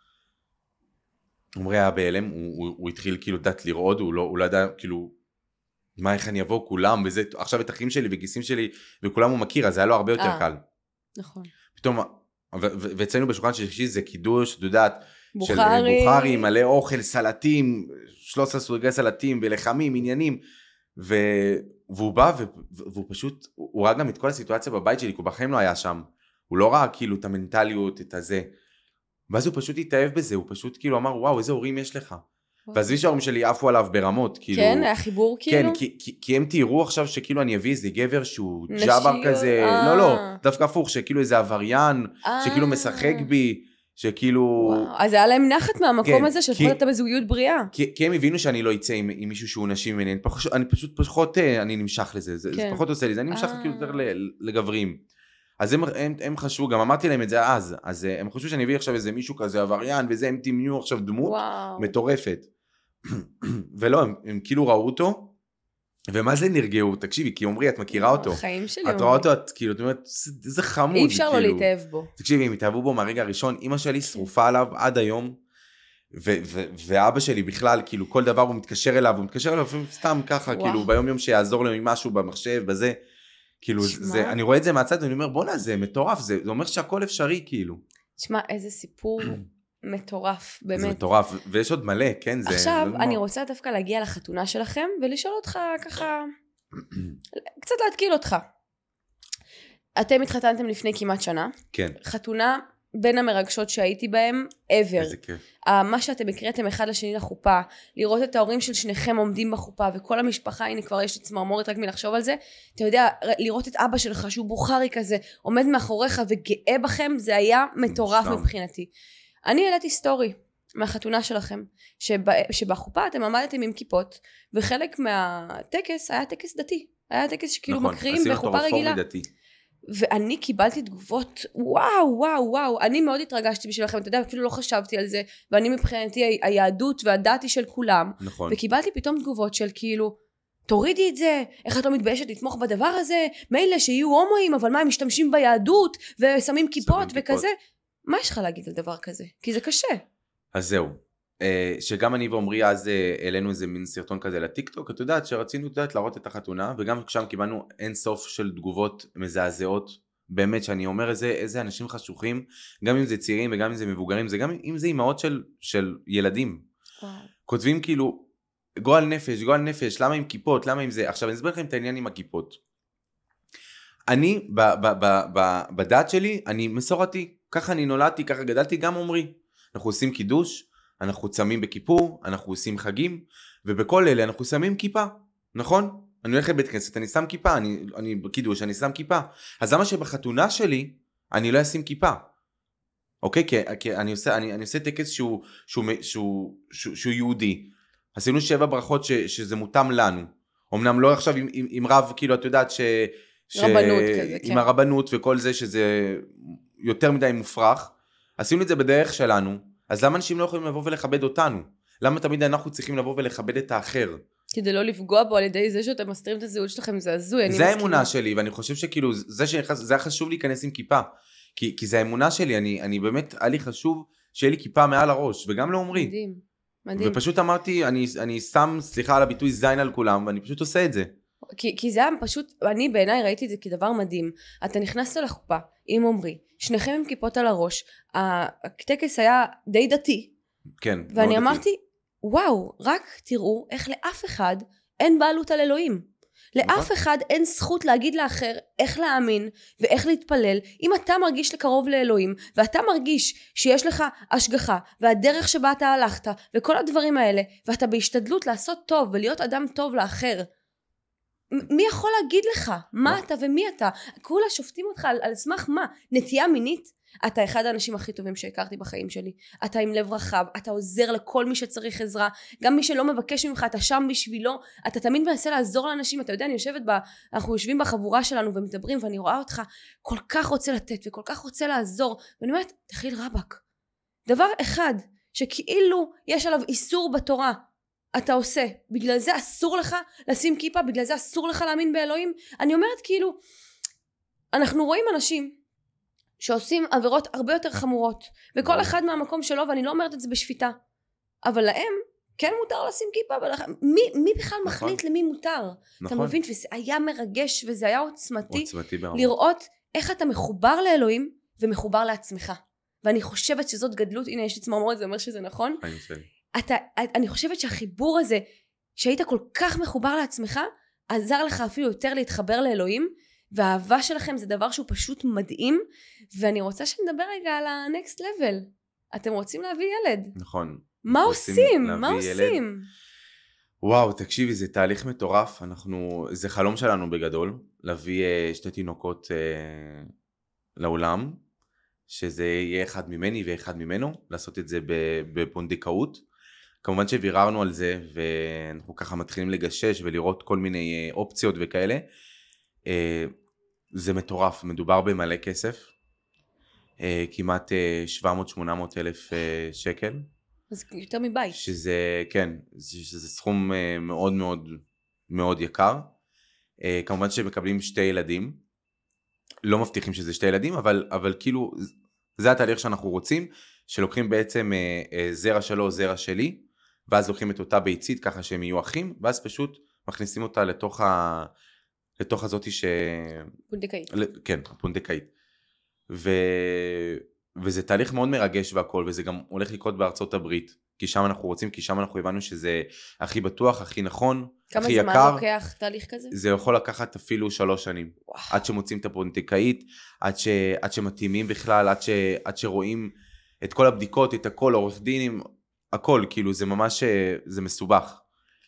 עומרי היה בהלם, הוא התחיל כאילו דעת לרעוד, הוא לא ידע כאילו, מה, איך אני אבוא, כולם, וזה, עכשיו את אחים שלי וגיסים שלי, וכולם הוא מכיר, אז זה היה לו הרבה יותר קל. נכון. פתאום, ואצלנו בשולחן שישי זה קידוש, אתה יודעת, של בוכרי, מלא אוכל, סלטים, 13 סוגי סלטים, ולחמים, עניינים, והוא בא, והוא פשוט, הוא ראה גם את כל הסיטואציה בבית שלי, כי הוא בחיים לא היה שם, הוא לא ראה כאילו את המנטליות, את הזה, ואז הוא פשוט התאהב בזה, הוא פשוט כאילו אמר, וואו, איזה הורים יש לך. ועזבי שההורים שלי עפו עליו ברמות, כאילו... כן, היה חיבור כאילו? כן, כי הם תראו עכשיו שכאילו אני אביא איזה גבר שהוא ג'אבר כזה, לא, דווקא הפוך, שכאילו איזה עבריין, שכאילו משחק בי, שכאילו... אז היה להם נחת מהמקום הזה, שלפחות אתה בזוגיות בריאה. כי הם הבינו שאני לא אצא עם מישהו שהוא נשים ממני, אני פשוט פחות, אני נמשך לזה, זה פחות עושה לי, זה אני נמשך כאילו יותר לגברים. אז הם חשבו, גם אמרתי להם את זה אז הם חשבו שאני אביא עכשיו איזה מישהו כזה עבריין, וזה הם תמניעו עכשיו דמות מטורפת. ולא, הם כאילו ראו אותו, ומה זה נרגעו? תקשיבי, כי אומרי, את מכירה אותו. החיים שלי. את רואה אותו, את כאילו, את אומרת, זה חמוד. אי אפשר לא להתאהב בו. תקשיבי, הם התאהבו בו מהרגע הראשון, אמא שלי שרופה עליו עד היום, ואבא שלי בכלל, כאילו, כל דבר הוא מתקשר אליו סתם ככה, כאילו, ביום יום שיעזור לו עם משהו במחשב, בזה, כאילו, אני רואה את זה מהצד, ואני אומר, בוא'נה, זה מטורף, זה אומר שהכל אפשרי, כאילו. תשמע, איזה סיפור מטורף, באמת. זה מטורף, ויש עוד מלא, כן? עכשיו, אני רוצה דווקא להגיע לחתונה שלכם, ולשאול אותך ככה, קצת להתקיל אותך. אתם התחתנתם לפני כמעט שנה. כן. חתונה בין המרגשות שהייתי בהם, ever. איזה כיף. מה שאתם הקראתם אחד לשני לחופה, לראות את ההורים של שניכם עומדים בחופה, וכל המשפחה, הנה כבר יש צמרמורת רק מלחשוב על זה, אתה יודע, לראות את אבא שלך, שהוא בוכרי כזה, עומד מאחוריך וגאה בכם, זה היה מטורף מבחינתי. אני העליתי סטורי מהחתונה שלכם, שבחופה אתם עמדתם עם כיפות, וחלק מהטקס היה טקס דתי, היה טקס שכאילו מקריאים בחופה רגילה. ואני קיבלתי תגובות, וואו, אני מאוד התרגשתי בשבילכם, אתה יודע, אפילו לא חשבתי על זה, ואני מבחינתי היהדות והדתי של כולם, נכון. וקיבלתי פתאום תגובות של כאילו, תורידי את זה, איך את לא מתביישת לתמוך בדבר הזה, מילא שיהיו הומואים, אבל מה, הם משתמשים ביהדות, ושמים כיפות וכזה, מה יש לך להגיד על דבר כזה? כי זה קשה. אז זהו, שגם אני ועומרי אז העלינו איזה מין סרטון כזה לטיקטוק, את יודעת שרצינו להראות את החתונה, וגם שם קיבלנו אין סוף של תגובות מזעזעות, באמת שאני אומר איזה אנשים חשוכים, גם אם זה צעירים וגם אם זה מבוגרים, זה גם אם זה אימהות של ילדים. כותבים כאילו, גועל נפש, למה עם כיפות, למה עם זה, עכשיו אני אסביר לכם את העניין עם הכיפות. אני, בדת שלי, אני מסורתי, ככה אני נולדתי, ככה גדלתי, גם עומרי. אנחנו עושים קידוש, אנחנו צמים בכיפור, אנחנו עושים חגים, ובכל אלה אנחנו שמים כיפה, נכון? אני הולך לבית כנסת, אני שם כיפה, אני בקידוש, אני שם כיפה. אז למה שבחתונה שלי, אני לא אשים כיפה? אוקיי? כי אני עושה טקס שהוא יהודי. עשינו 7 ברכות שזה מותאם לנו. אמנם לא עכשיו עם רב, כאילו את יודעת רבנות כזה, כן. עם הרבנות וכל זה שזה יותר מדי מופרך. עשינו את זה בדרך שלנו. אז למה אנשים לא יכולים לבוא ולכבד אותנו? למה תמיד אנחנו צריכים לבוא ולכבד את האחר? כדי לא לפגוע בו על ידי זה שאתם מסתירים את הזהות שלכם, זה הזוי. זה האמונה שלי, ואני חושב שכאילו, זה היה חשוב להיכנס עם כיפה. כי זה האמונה שלי, אני באמת, היה לי חשוב שיהיה לי כיפה מעל הראש, וגם לא אומרי. מדהים. ופשוט אמרתי, אני שם, סליחה על הביטוי, זין על כולם, ואני פשוט עושה את זה. כי זה היה פשוט, אני בעיניי ראיתי את זה כדבר מדהים. אתה נכנסת לחופה עם עומרי, שניכם עם כיפות על הראש, הטקס היה די דתי. כן. ואני אמרתי, וואו, רק תראו איך לאף אחד אין בעלות על אלוהים. לאף אחד אין זכות להגיד לאחר איך להאמין ואיך להתפלל. אם אתה מרגיש לקרוב לאלוהים, ואתה מרגיש שיש לך השגחה, והדרך שבה אתה הלכת, וכל הדברים האלה, ואתה בהשתדלות לעשות טוב ולהיות אדם טוב לאחר, מי יכול להגיד לך מה אתה ומי אתה? כולה שופטים אותך על סמך מה? נטייה מינית? אתה אחד האנשים הכי טובים שהכרתי בחיים שלי. אתה עם לב רחב, אתה עוזר לכל מי שצריך עזרה, גם מי שלא מבקש ממך, אתה שם בשבילו, אתה תמיד מנסה לעזור לאנשים. אתה יודע, אנחנו יושבים בחבורה שלנו ומדברים, ואני רואה אותך כל כך רוצה לתת וכל כך רוצה לעזור, ואני אומרת, תחיל רבק. דבר אחד שכאילו יש עליו איסור בתורה, אתה עושה, בגלל זה אסור לך לשים כיפה, בגלל זה אסור לך להאמין באלוהים. אני אומרת כאילו, אנחנו רואים אנשים שעושים עבירות הרבה יותר חמורות, וכל אחד מהמקום שלו, ואני לא אומרת את זה בשפיטה, אבל להם כן מותר לשים כיפה, מי בכלל מחליט למי מותר? אתה מבין? וזה היה מרגש, וזה היה עוצמתי לראות איך אתה מחובר לאלוהים, ומחובר לעצמך. ואני חושבת שזאת גדלות, הנה יש לי צמרמורת, זה אומר שזה נכון. אני חושבת שהחיבור הזה, שהיית כל כך מחובר לעצמך, עזר לך אפילו יותר להתחבר לאלוהים, והאהבה שלכם זה דבר שהוא פשוט מדהים, ואני רוצה שנדבר רגע על ה-next level. אתם רוצים להביא ילד. נכון. מה עושים? מה עושים? וואו, תקשיבי, זה תהליך מטורף. זה חלום שלנו בגדול, להביא 2 תינוקות לעולם, שזה יהיה אחד ממני ואחד ממנו, לעשות את זה בפונדקאות. כמובן שביררנו על זה, ואנחנו ככה מתחילים לגשש ולראות כל מיני אופציות וכאלה. זה מטורף, מדובר במלא כסף, כמעט 700-800 אלף שקל. אז יותר מבית. שזה, כן, זה סכום מאוד מאוד מאוד יקר. כמובן שמקבלים 2 ילדים, לא מבטיחים שזה 2 ילדים, אבל כאילו, זה התהליך שאנחנו רוצים, שלוקחים בעצם זרע שלו, זרע שלי, ואז לוקחים את אותה ביצית ככה שהם יהיו אחים, ואז פשוט מכניסים אותה לתוך הזאתי פונדקאית. כן, פונדקאית. וזה תהליך מאוד מרגש והכל, וזה גם הולך לקרות בארצות הברית, כי שם אנחנו רוצים, כי שם אנחנו הבנו שזה הכי בטוח, הכי נכון, הכי יקר. כמה זמן לוקח תהליך כזה? זה יכול לקחת אפילו 3 שנים. וואו. עד שמוצאים את הפונדקאית, עד שמתאימים בכלל, עד שרואים את כל הבדיקות, את הכל, עורך דינים, הכל, כאילו זה ממש, זה מסובך.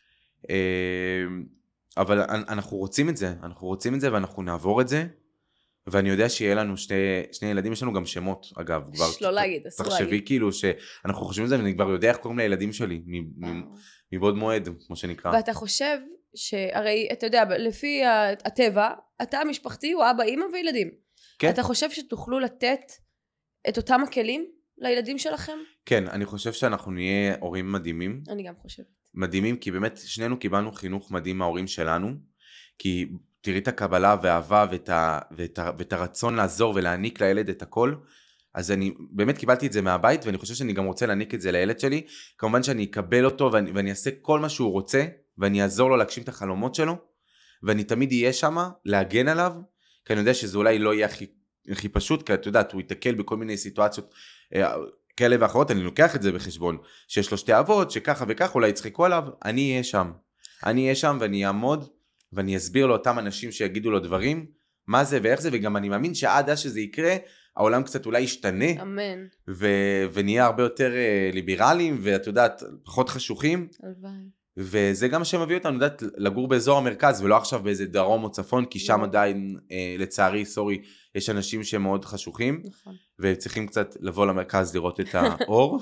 אבל אנחנו רוצים את זה, ואנחנו נעבור את זה, ואני יודע שיהיה לנו שני ילדים, יש לנו גם שמות, אגב. לא להגיד, אסור להגיד. תחשבי כאילו שאנחנו חושבים את זה, ואני כבר יודע איך קוראים לילדים שלי, מבעוד מועד, כמו שנקרא. ואתה חושב שהרי, אתה יודע, לפי הטבע, התא המשפחתי הוא אבא, אמא וילדים. כן. אתה חושב שתוכלו לתת את אותם הכלים לילדים שלכם? כן, אני חושב שאנחנו נהיה הורים מדהימים. אני גם חושבת. מדהימים, כי באמת שנינו קיבלנו חינוך מדהים מההורים שלנו, כי תראי את הקבלה והאהבה ואת הרצון לעזור ולהעניק לילד את הכל, אז אני באמת קיבלתי את זה מהבית, ואני חושב שאני גם רוצה להעניק את זה לילד שלי, כמובן שאני אקבל אותו ואני אעשה כל מה שהוא רוצה, ואני אעזור לו להגשים את החלומות שלו, ואני תמיד אהיה שם להגן עליו, כי אני יודע שזה אולי לא יהיה הכי פשוט, כי את יודעת, הוא יתקל בכל מיני סיטואציות כאלה ואחרות, אני לוקח את זה בחשבון, שיש לו 2 אבות, שככה וככה, אולי יצחקו עליו, אני אהיה שם ואני אעמוד, ואני אסביר לאותם אנשים שיגידו לו דברים, מה זה ואיך זה, וגם אני מאמין שעד אז שזה יקרה, העולם קצת אולי ישתנה, אמן. ונהיה הרבה יותר ליברליים, ואת יודעת, פחות חשוכים, הלוואי. וזה גם שמביא אותנו, יודעת, לגור באזור המרכז, ולא עכשיו באיזה דרום או צפון, כי שם עדיין, לצערי, יש אנשים שמאוד חשוכים, נכון. וצריכים קצת לבוא למרכז לראות את האור.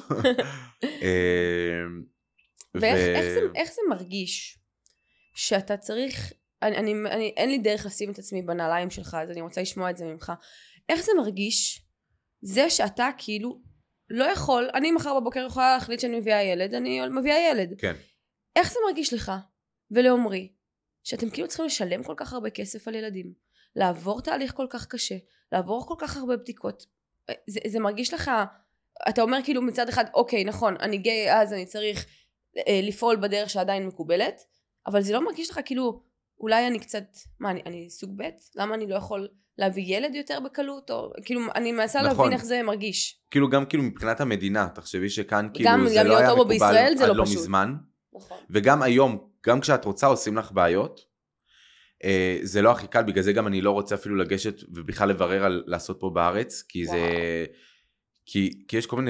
ואיך זה מרגיש שאתה צריך, אין לי דרך לשים את עצמי בנעליים שלך, אז אני רוצה לשמוע את זה ממך. איך זה מרגיש זה שאתה כאילו לא יכול, אני מחר בבוקר יכולה להחליט שאני מביאה ילד, אני מביאה ילד. כן. איך זה מרגיש לך ולעומרי שאתם כאילו צריכים לשלם כל כך הרבה כסף על ילדים, לעבור תהליך כל כך קשה, לעבור כל כך הרבה בדיקות? זה מרגיש לך, אתה אומר כאילו מצד אחד, אוקיי, נכון, אני גיי, אז אני צריך לפעול בדרך שעדיין מקובלת, אבל זה לא מרגיש לך כאילו, אולי אני קצת, אני סוג ב'? למה אני לא יכול להביא ילד יותר בקלות? או כאילו, אני מנסה להבין איך זה מרגיש. כאילו, גם כאילו מבחינת המדינה, תחשבי שכאן כאילו זה לא היה מקובל עד לא מזמן. נכון. וגם היום, גם כשאת רוצה עושים לך בעיות, זה לא הכי קל, בגלל זה גם אני לא רוצה אפילו לגשת ובכלל לברר על לעשות פה בארץ, כי זה, כי יש כל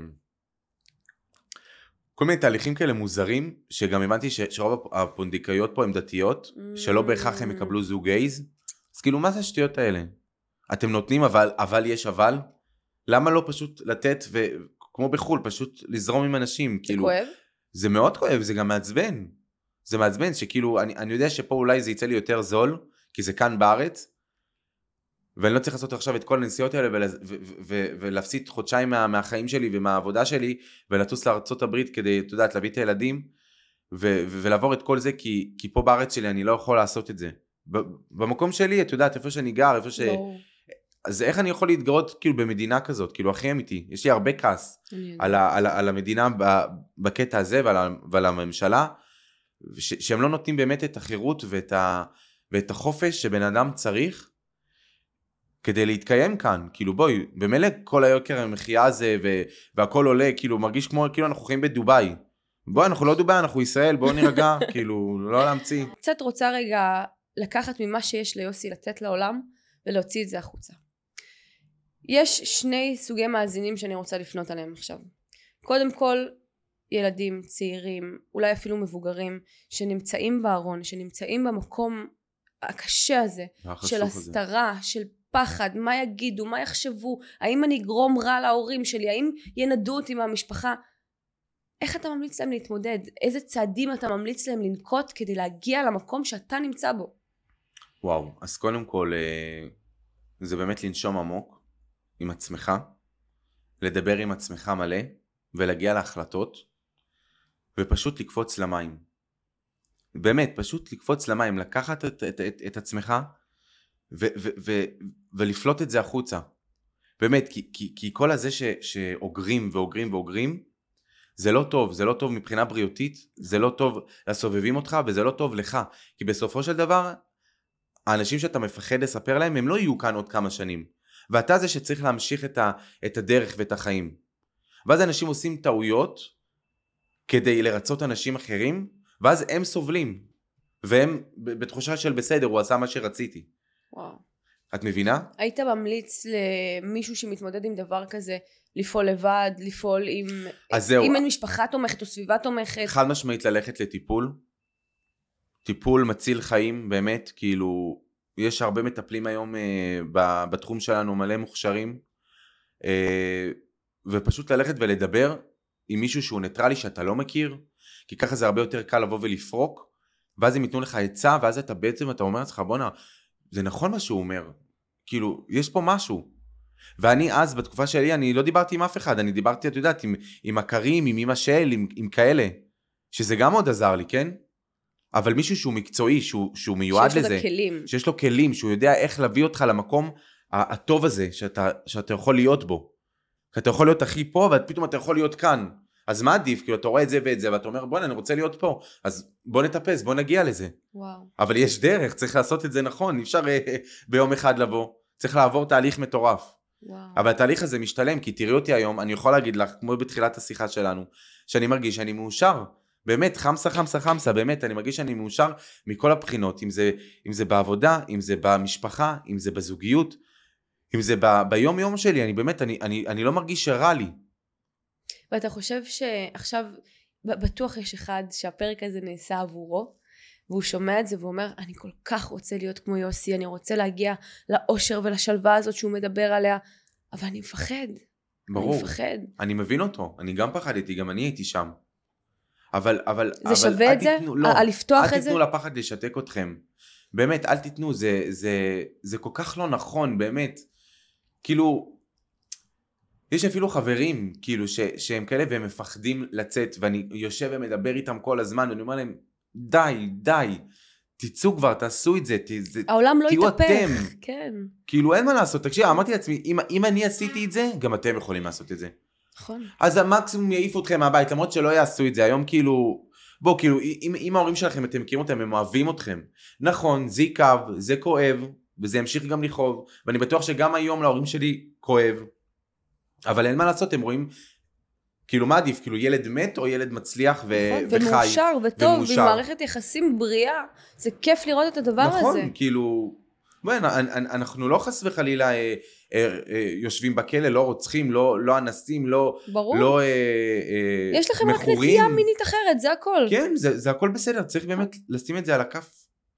מיני תהליכים כאלה מוזרים, שגם הבנתי שרוב הפונדקאיות פה הן דתיות, שלא בהכרח הם יקבלו זוג גייז, אז כאילו מה זה השטויות האלה? אתם נותנים אבל יש אבל? למה לא פשוט לתת וכמו בחול פשוט לזרום עם אנשים? זה כואב? זה מאוד כואב, זה גם מעצבן. זה מעצבן שכאילו, אני יודע שפה אולי זה יצא לי יותר זול, כי זה כאן בארץ, ואני לא צריך לעשות עכשיו את כל הנסיעות האלה, ולהפסיד חודשיים מהחיים שלי ומהעבודה שלי, ולטוס לארצות הברית כדי, אתה יודעת, להביא את הילדים, ולעבור את כל זה, כי פה בארץ שלי אני לא יכול לעשות את זה. במקום שלי, את יודעת, איפה שאני גר, איפה ברור. אז איך אני יכול להתגרות כאילו במדינה כזאת, כאילו הכי אמיתי, יש לי הרבה כעס על המדינה בקטע הזה ועל הממשלה, שהם לא נותנים באמת את החירות ואת החופש שבן אדם צריך, כדי להתקיים כאן, כאילו בואי, במילא כל היוקר המחיה הזה והכל עולה, כאילו מרגיש כאילו אנחנו חיים בדוביי, בואי אנחנו לא דוביי, אנחנו ישראל, בואו נרגע, כאילו לא להמציא. קצת רוצה רגע לקחת ממה שיש ליוסי לתת לעולם, ולהוציא את זה החוצה. יש שני סוגי מאזינים שאני רוצה לפנות עליהם עכשיו. קודם כל, ילדים, צעירים, אולי אפילו מבוגרים, שנמצאים בארון, שנמצאים במקום הקשה הזה, של הסתרה, של פחד, מה יגידו, מה יחשבו, האם אני אגרום רע להורים שלי, האם ינדו אותי מהמשפחה. איך אתה ממליץ להם להתמודד? איזה צעדים אתה ממליץ להם לנקוט כדי להגיע למקום שאתה נמצא בו? וואו, אז קודם כל, זה באמת לנשום עמוק עם עצמך, לדבר עם עצמך מלא, ולהגיע להחלטות, ופשוט לקפוץ למים. באמת, פשוט לקפוץ למים, לקחת את עצמך, ולפלוט את זה החוצה. באמת, כי כל הזה שאוגרים ואוגרים ואוגרים, זה לא טוב, זה לא טוב מבחינה בריאותית, זה לא טוב לסובבים אותך, וזה לא טוב לך. כי בסופו של דבר, האנשים שאתה מפחד לספר להם, הם לא יהיו כאן עוד כמה שנים. ואתה זה שצריך להמשיך את הדרך ואת החיים. ואז אנשים עושים טעויות, כדי לרצות אנשים אחרים, ואז הם סובלים. והם בתחושה של בסדר, הוא עשה מה שרציתי. וואו. את מבינה? היית ממליץ למישהו שמתמודד עם דבר כזה, לפעול לבד, לפעול אם אין משפחה תומכת או סביבה תומכת? חד משמעית ללכת לטיפול. טיפול מציל חיים, באמת, כאילו, יש הרבה מטפלים היום בתחום שלנו, מלא מוכשרים, ופשוט ללכת ולדבר עם מישהו שהוא ניטרלי שאתה לא מכיר, כי ככה זה הרבה יותר קל לבוא ולפרוק, ואז הם ייתנו לך עצה, ואז אתה בעצם, אתה אומר לך, בונה, זה נכון מה שהוא אומר, כאילו, יש פה משהו. ואני אז, בתקופה שלי, אני לא דיברתי עם אף אחד, אני דיברתי, את יודעת, עם הכרים, עם אמא של, עם כאלה, שזה גם עוד עזר לי, כן? אבל מישהו שהוא מקצועי, שהוא מיועד לזה, שיש לו כלים, שהוא יודע איך להביא אותך למקום הטוב הזה, שאתה יכול להיות בו. כי אתה יכול להיות הכי פה, ופתאום אתה יכול להיות כאן. אז מה עדיף? כאילו אתה רואה את זה ואת זה, ואתה אומר, בוא, אני רוצה להיות פה. אז בוא נטפס, בוא נגיע לזה. וואו. אבל יש דרך, צריך לעשות את זה נכון, אי אפשר ביום אחד לבוא. צריך לעבור תהליך מטורף. וואו. אבל התהליך הזה משתלם, כי תראי אותי היום, אני יכול להגיד לך, כמו בתחילת השיחה שלנו, שאני מרגיש שאני מאושר. באמת, חמסה, באמת, אני מרגיש שאני מאושר מכל הבחינות, אם זה בעבודה, אם זה במשפחה, אם זה בזוגיות, אם זה ביום יום שלי, אני באמת, אני לא מרגיש שרע לי. ואתה חושב שעכשיו, בטוח יש אחד שהפרק הזה נעשה עבורו, והוא שומע את זה ואומר, אני כל כך רוצה להיות כמו יוסי, אני רוצה להגיע לאושר ולשלווה הזאת שהוא מדבר עליה, אבל אני מפחד. ברור. אני מפחד. אני מבין אותו, אני גם פחדתי, גם אני הייתי שם. אבל זה שווה את זה? לפתוח את זה? אל תיתנו לפחד לשתק אתכם. באמת, אל תיתנו, זה כל כך לא נכון, באמת. כאילו, יש אפילו חברים, כאילו, שהם כאלה והם מפחדים לצאת, ואני יושב ומדבר איתם כל הזמן, ואני אומר להם, די, תצאו כבר, תעשו את זה, העולם לא תהיו יתהפך, אתם. כן. כאילו, אין מה לעשות, תקשיב, אמרתי לעצמי, אם אני עשיתי את זה, גם אתם יכולים לעשות את זה. נכון. אז המקסימום יעיפו אתכם מהבית, למרות שלא יעשו את זה, היום כאילו, בוא, כאילו, אם ההורים שלכם, אתם מכירים אותם, הם אוהבים אתכם. נכון, זה יכאב, זה כואב, וזה ימשיך גם לכאוב, ואני בטוח שגם היום להורים שלי כואב, אבל אין מה לעשות, הם רואים, כאילו מה עדיף, כאילו ילד מת או ילד מצליח וחי. ומאושר וטוב, ועם מערכת יחסים בריאה, זה כיף לראות את הדבר הזה. נכון, כאילו, אנחנו לא חס וחלילה יושבים בכלא, לא רוצחים, לא אנסים, לא יש לכם רק נטייה מינית אחרת, זה הכל. כן, זה הכל בסדר, צריך באמת לשים את זה על הכף,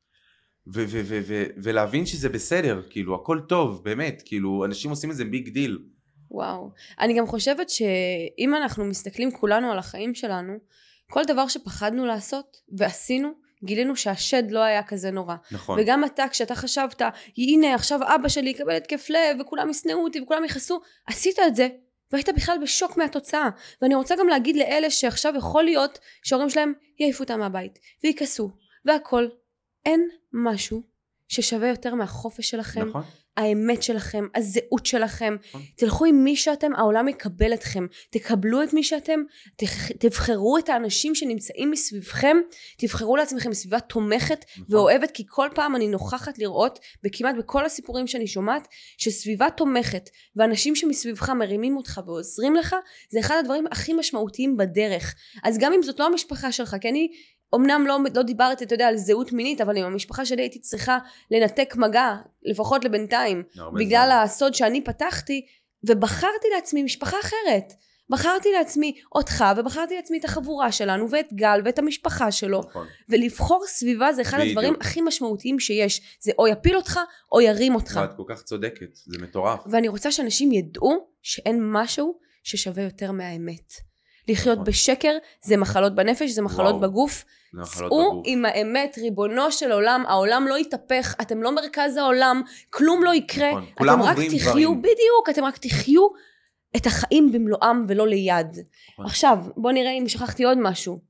ולהבין שזה בסדר, כאילו, הכל טוב, באמת, כאילו, אנשים עושים את זה ביג דיל. וואו. אני גם חושבת שאם אנחנו מסתכלים כולנו על החיים שלנו, כל דבר שפחדנו לעשות ועשינו, גילינו שהשד לא היה כזה נורא. נכון. וגם אתה, כשאתה חשבת, הנה עכשיו אבא שלי יקבל התקף לב, וכולם ישנאו אותי וכולם יכעסו, עשית את זה, והיית בכלל בשוק מהתוצאה. ואני רוצה גם להגיד לאלה שעכשיו יכול להיות שההורים שלהם יעיפו אותם מהבית, ויקסו, והכל. אין משהו ששווה יותר מהחופש שלכם, נכון. האמת שלכם, הזהות שלכם. נכון. תלכו עם מי שאתם, העולם יקבל אתכם. תקבלו את מי שאתם, תבחרו את האנשים שנמצאים מסביבכם, תבחרו לעצמכם סביבה תומכת נכון. ואוהבת, כי כל פעם אני נוכחת לראות, כמעט בכל הסיפורים שאני שומעת, שסביבה תומכת ואנשים שמסביבך מרימים אותך ועוזרים לך, זה אחד הדברים הכי משמעותיים בדרך. אז גם אם זאת לא המשפחה שלך, כי אני אמנם לא דיברתי, אתה יודע, על זהות מינית, אבל עם המשפחה שלי הייתי צריכה לנתק מגע, לפחות לבינתיים, בגלל הסוד שאני פתחתי, ובחרתי לעצמי משפחה אחרת. בחרתי לעצמי אותך, ובחרתי לעצמי את החבורה שלנו, ואת גל, ואת המשפחה שלו. נכון. ולבחור סביבה זה אחד הדברים הכי משמעותיים שיש. זה או יפיל אותך, או ירים אותך. ואת כל כך צודקת, זה מטורף. ואני רוצה שאנשים ידעו שאין משהו ששווה יותר מהאמת. לחיות בשקר זה מחלות בנפש, זה מחלות בגוף. צאו עם האמת, ריבונו של עולם, העולם לא יתהפך, אתם לא מרכז העולם, כלום לא יקרה, אתם רק תחיו, בדיוק, אתם רק תחיו את החיים במלואם ולא ליד. עכשיו, בוא נראה אם שכחתי עוד משהו.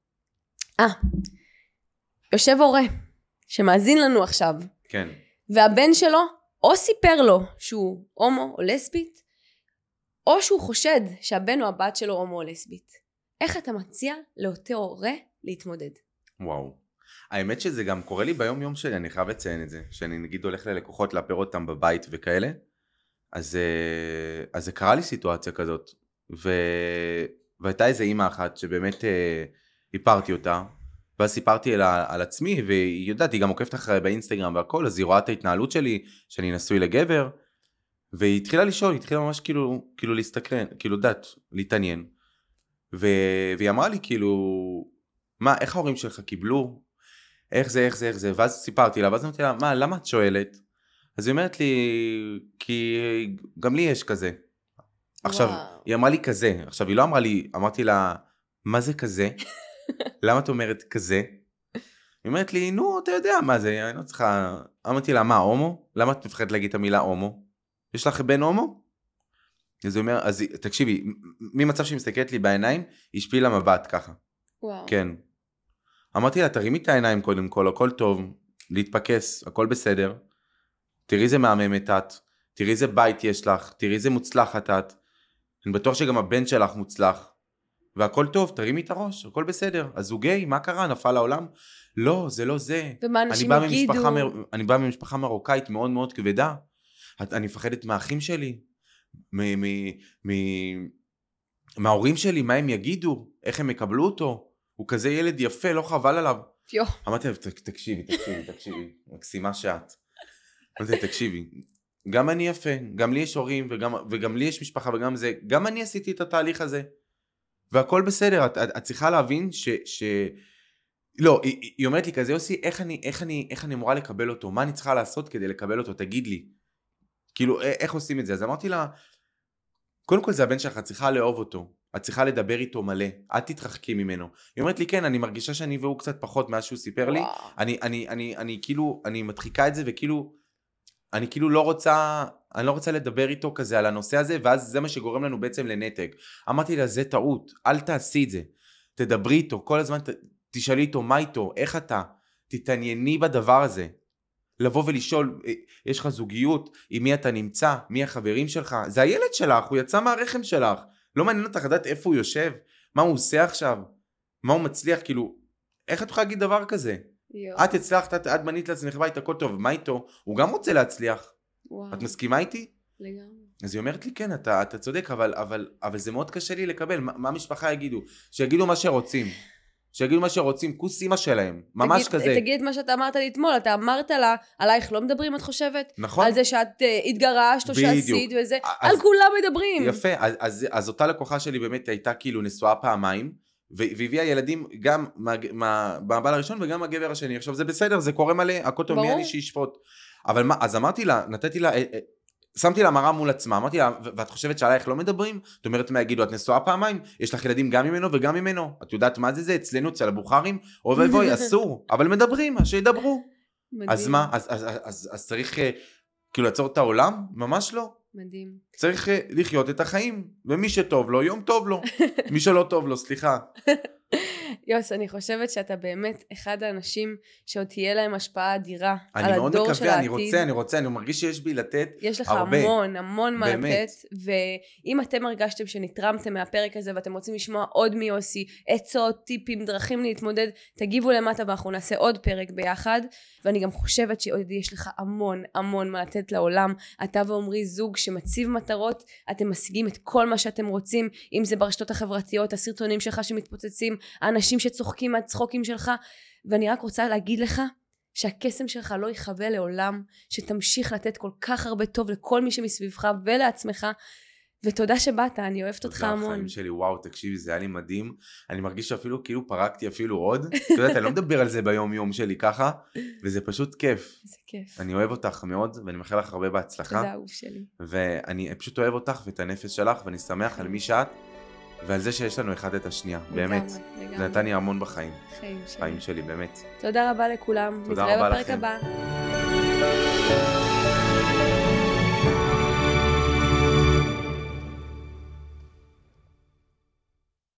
יושב הורה שמאזין לנו עכשיו, כן. והבן שלו או סיפר לו שהוא הומו או לסבית, או שהוא חושד שהבן או הבת שלו הומו או לסבית. איך אתה מציע לאותו הורה להתמודד? וואו. האמת שזה גם קורה לי ביום יום שלי, אני חייב לציין את זה, שאני נגיד הולך ללקוחות לאפר אותם בבית וכאלה, אז זה קרה לי סיטואציה כזאת, והייתה איזו אימא אחת שבאמת היפרתי אותה, ואז סיפרתי על עצמי, והיא יודעת, היא גם עוקבת אחרי באינסטגרם והכל, אז היא רואה את ההתנהלות שלי, שאני נשוי לגבר, והיא התחילה לשאול, היא התחילה ממש כאילו להסתקרן, כאילו דעת, להתעניין, והיא אמרה לי כאילו, מה, איך ההורים שלך קיבלו? איך זה? ואז סיפרתי לה, ואז אמרתי לה, מה, למה את שואלת? אז היא אומרת לי, כי גם לי יש כזה. עכשיו, היא אמרה לי כזה, עכשיו היא לא אמרה לי, אמרתי לה, מה זה כזה? למה את אומרת כזה? היא אומרת לי, נו, אתה יודע מה זה, אני לא צריכה, אמרתי לה, מה, הומו? למה את מפחדת להגיד את המילה הומו? יש לך בן הומו? אז היא אומרת, אז תקשיבי, ממצב שהיא מסתכלת לי בעיניים, היא השפילה מבט ככה. וואו. כן. אמרתי לה, תרימי את העיניים קודם כל, הכל טוב, להתפקס, הכל בסדר. תראי זה מהממת את, תראי זה בית יש לך, תראי זה מוצלחת את. אני בטוח שגם הבן שלך מוצלח. והכל טוב, תרימי את הראש, הכל בסדר. אז הוא גיי, מה קרה? נפל לעולם? לא, זה לא זה. ומה אנשים יגידו? אני בא ממשפחה מרוקאית מאוד מאוד כבדה. אני מפחדת מהאחים שלי, מההורים שלי, מה הם יגידו, איך הם יקבלו אותו. הוא כזה ילד יפה, לא חבל עליו. אמרתי לה, תקשיבי, מקסימה שאת. אמרתי, תקשיבי, גם אני יפה, גם לי יש הורים, וגם לי יש משפחה, וגם זה, גם אני עשיתי את התהליך הזה. והכל בסדר, את צריכה להבין לא, היא אומרת לי כזה, יוסי, איך אני אמורה לקבל אותו? מה אני צריכה לעשות כדי לקבל אותו? תגיד לי. כאילו, איך עושים את זה? אז אמרתי לה, קודם כל זה הבן שלך, את צריכה לאהוב אותו. את צריכה לדבר איתו מלא. את תתרחקי ממנו. היא אומרת לי, כן, אני מרגישה שאני והוא קצת פחות מאז שהוא סיפר לי. אני מדחיקה את זה, וכאילו, אני לא רוצה לדבר איתו כזה על הנושא הזה, ואז זה מה שגורם לנו בעצם לנתק. אמרתי לה, זה טעות. אל תעשי את זה. תדברי איתו. כל הזמן תשאלי איתו, מה איתו? איך אתה? תתענייני בדבר הזה. לבוא ולשאול, יש לך זוגיות, עם מי אתה נמצא, מי החברים שלך, זה הילד שלך, הוא יצא מהרחם שלך, לא מעניין אותך לדעת איפה הוא יושב, מה הוא עושה עכשיו, מה הוא מצליח, כאילו, איך את יכולה להגיד דבר כזה? את הצלחת, את בנית לעצמך בית, הכל טוב, מה איתו? הוא גם רוצה להצליח. את מסכימה איתי? לגמרי. אז היא אומרת לי, כן, אתה צודק, אבל זה מאוד קשה לי לקבל, מה המשפחה יגידו? שיגידו מה שרוצים. שיגידו מה שרוצים, כוס אימא שלהם, ממש כזה. תגיד מה שאתה אמרת לי אתמול, אתה אמרת לה, עלייך לא מדברים, את חושבת? נכון. על זה שאת התגרשת או שעשית וזה, על כולם מדברים. יפה, אז אותה לקוחה שלי באמת הייתה כאילו נשואה פעמיים, והביאה ילדים גם מהבעל הראשון וגם מהגבר השני. עכשיו זה בסדר, זה קורה מלא, הכל טוב, מי אני שישפוט. אבל מה, אז אמרתי לה, נתתי לה, שמתי לה מראה מול עצמה, אמרתי לה, ואת חושבת שעלייך לא מדברים? זאת אומרת, מה יגידו, את נשואה פעמיים? יש לך ילדים גם ממנו וגם ממנו. את יודעת מה זה? אצלנו, אצל הבוכרים, אוי, אסור, אבל מדברים, אז שידברו. אז מה? אז צריך כאילו לעצור את העולם? ממש לא. מדהים. צריך לחיות את החיים, ומי שטוב לו, יום טוב לו. מי שלא טוב לו, סליחה. יוס, אני חושבת שאתה באמת אחד האנשים שעוד תהיה להם השפעה אדירה על אני מאוד הדור של מקווה, העתיד. אני רוצה, אני מרגיש שיש בי לתת הרבה. יש לך המון מה לתת, ואם אתם הרגשתם שנתרמתם מהפרק הזה, ואתם רוצים לשמוע עוד מיוסי, עצות, טיפים, דרכים להתמודד, תגיבו למטה ואנחנו נעשה עוד פרק ביחד, ואני גם חושבת שעוד יש לך המון מה לתת לעולם. אתה ועומרי זוג שמציב מטרות, אתם משיגים את כל מה שאתם רוצים, אם זה ברשתות החברתיות, הסרטונים שלך שמתפוצצים, האנשים שצוחקים מהצחוקים שלך, ואני רק רוצה להגיד לך שהקסם שלך לא יחווה לעולם, שתמשיך לתת כל כך הרבה טוב לכל מי שמסביבך ולעצמך, ותודה שבאת, אני אוהבת אותך המון. החיים שלי, וואו, תקשיבי, זה היה לי מדהים, אני מרגיש שאפילו כאילו פרקתי אפילו עוד, אתה יודעת, אני לא מדבר על זה ביום יום שלי ככה, וזה פשוט כיף. זה כיף. אני אוהב אותך מאוד, ואני מאחל לך הרבה בהצלחה. תודה, אהוב שלי. ואני פשוט אוהב אותך ואת הנפש שלך, ואני שמח על מי שאת, ועל זה שיש לנו אחד את השנייה, באמת. זה נתן לי המון בחיים. חיים שלי, באמת. תודה רבה לכולם. תודה רבה לכם. נתראה בפרק הבא.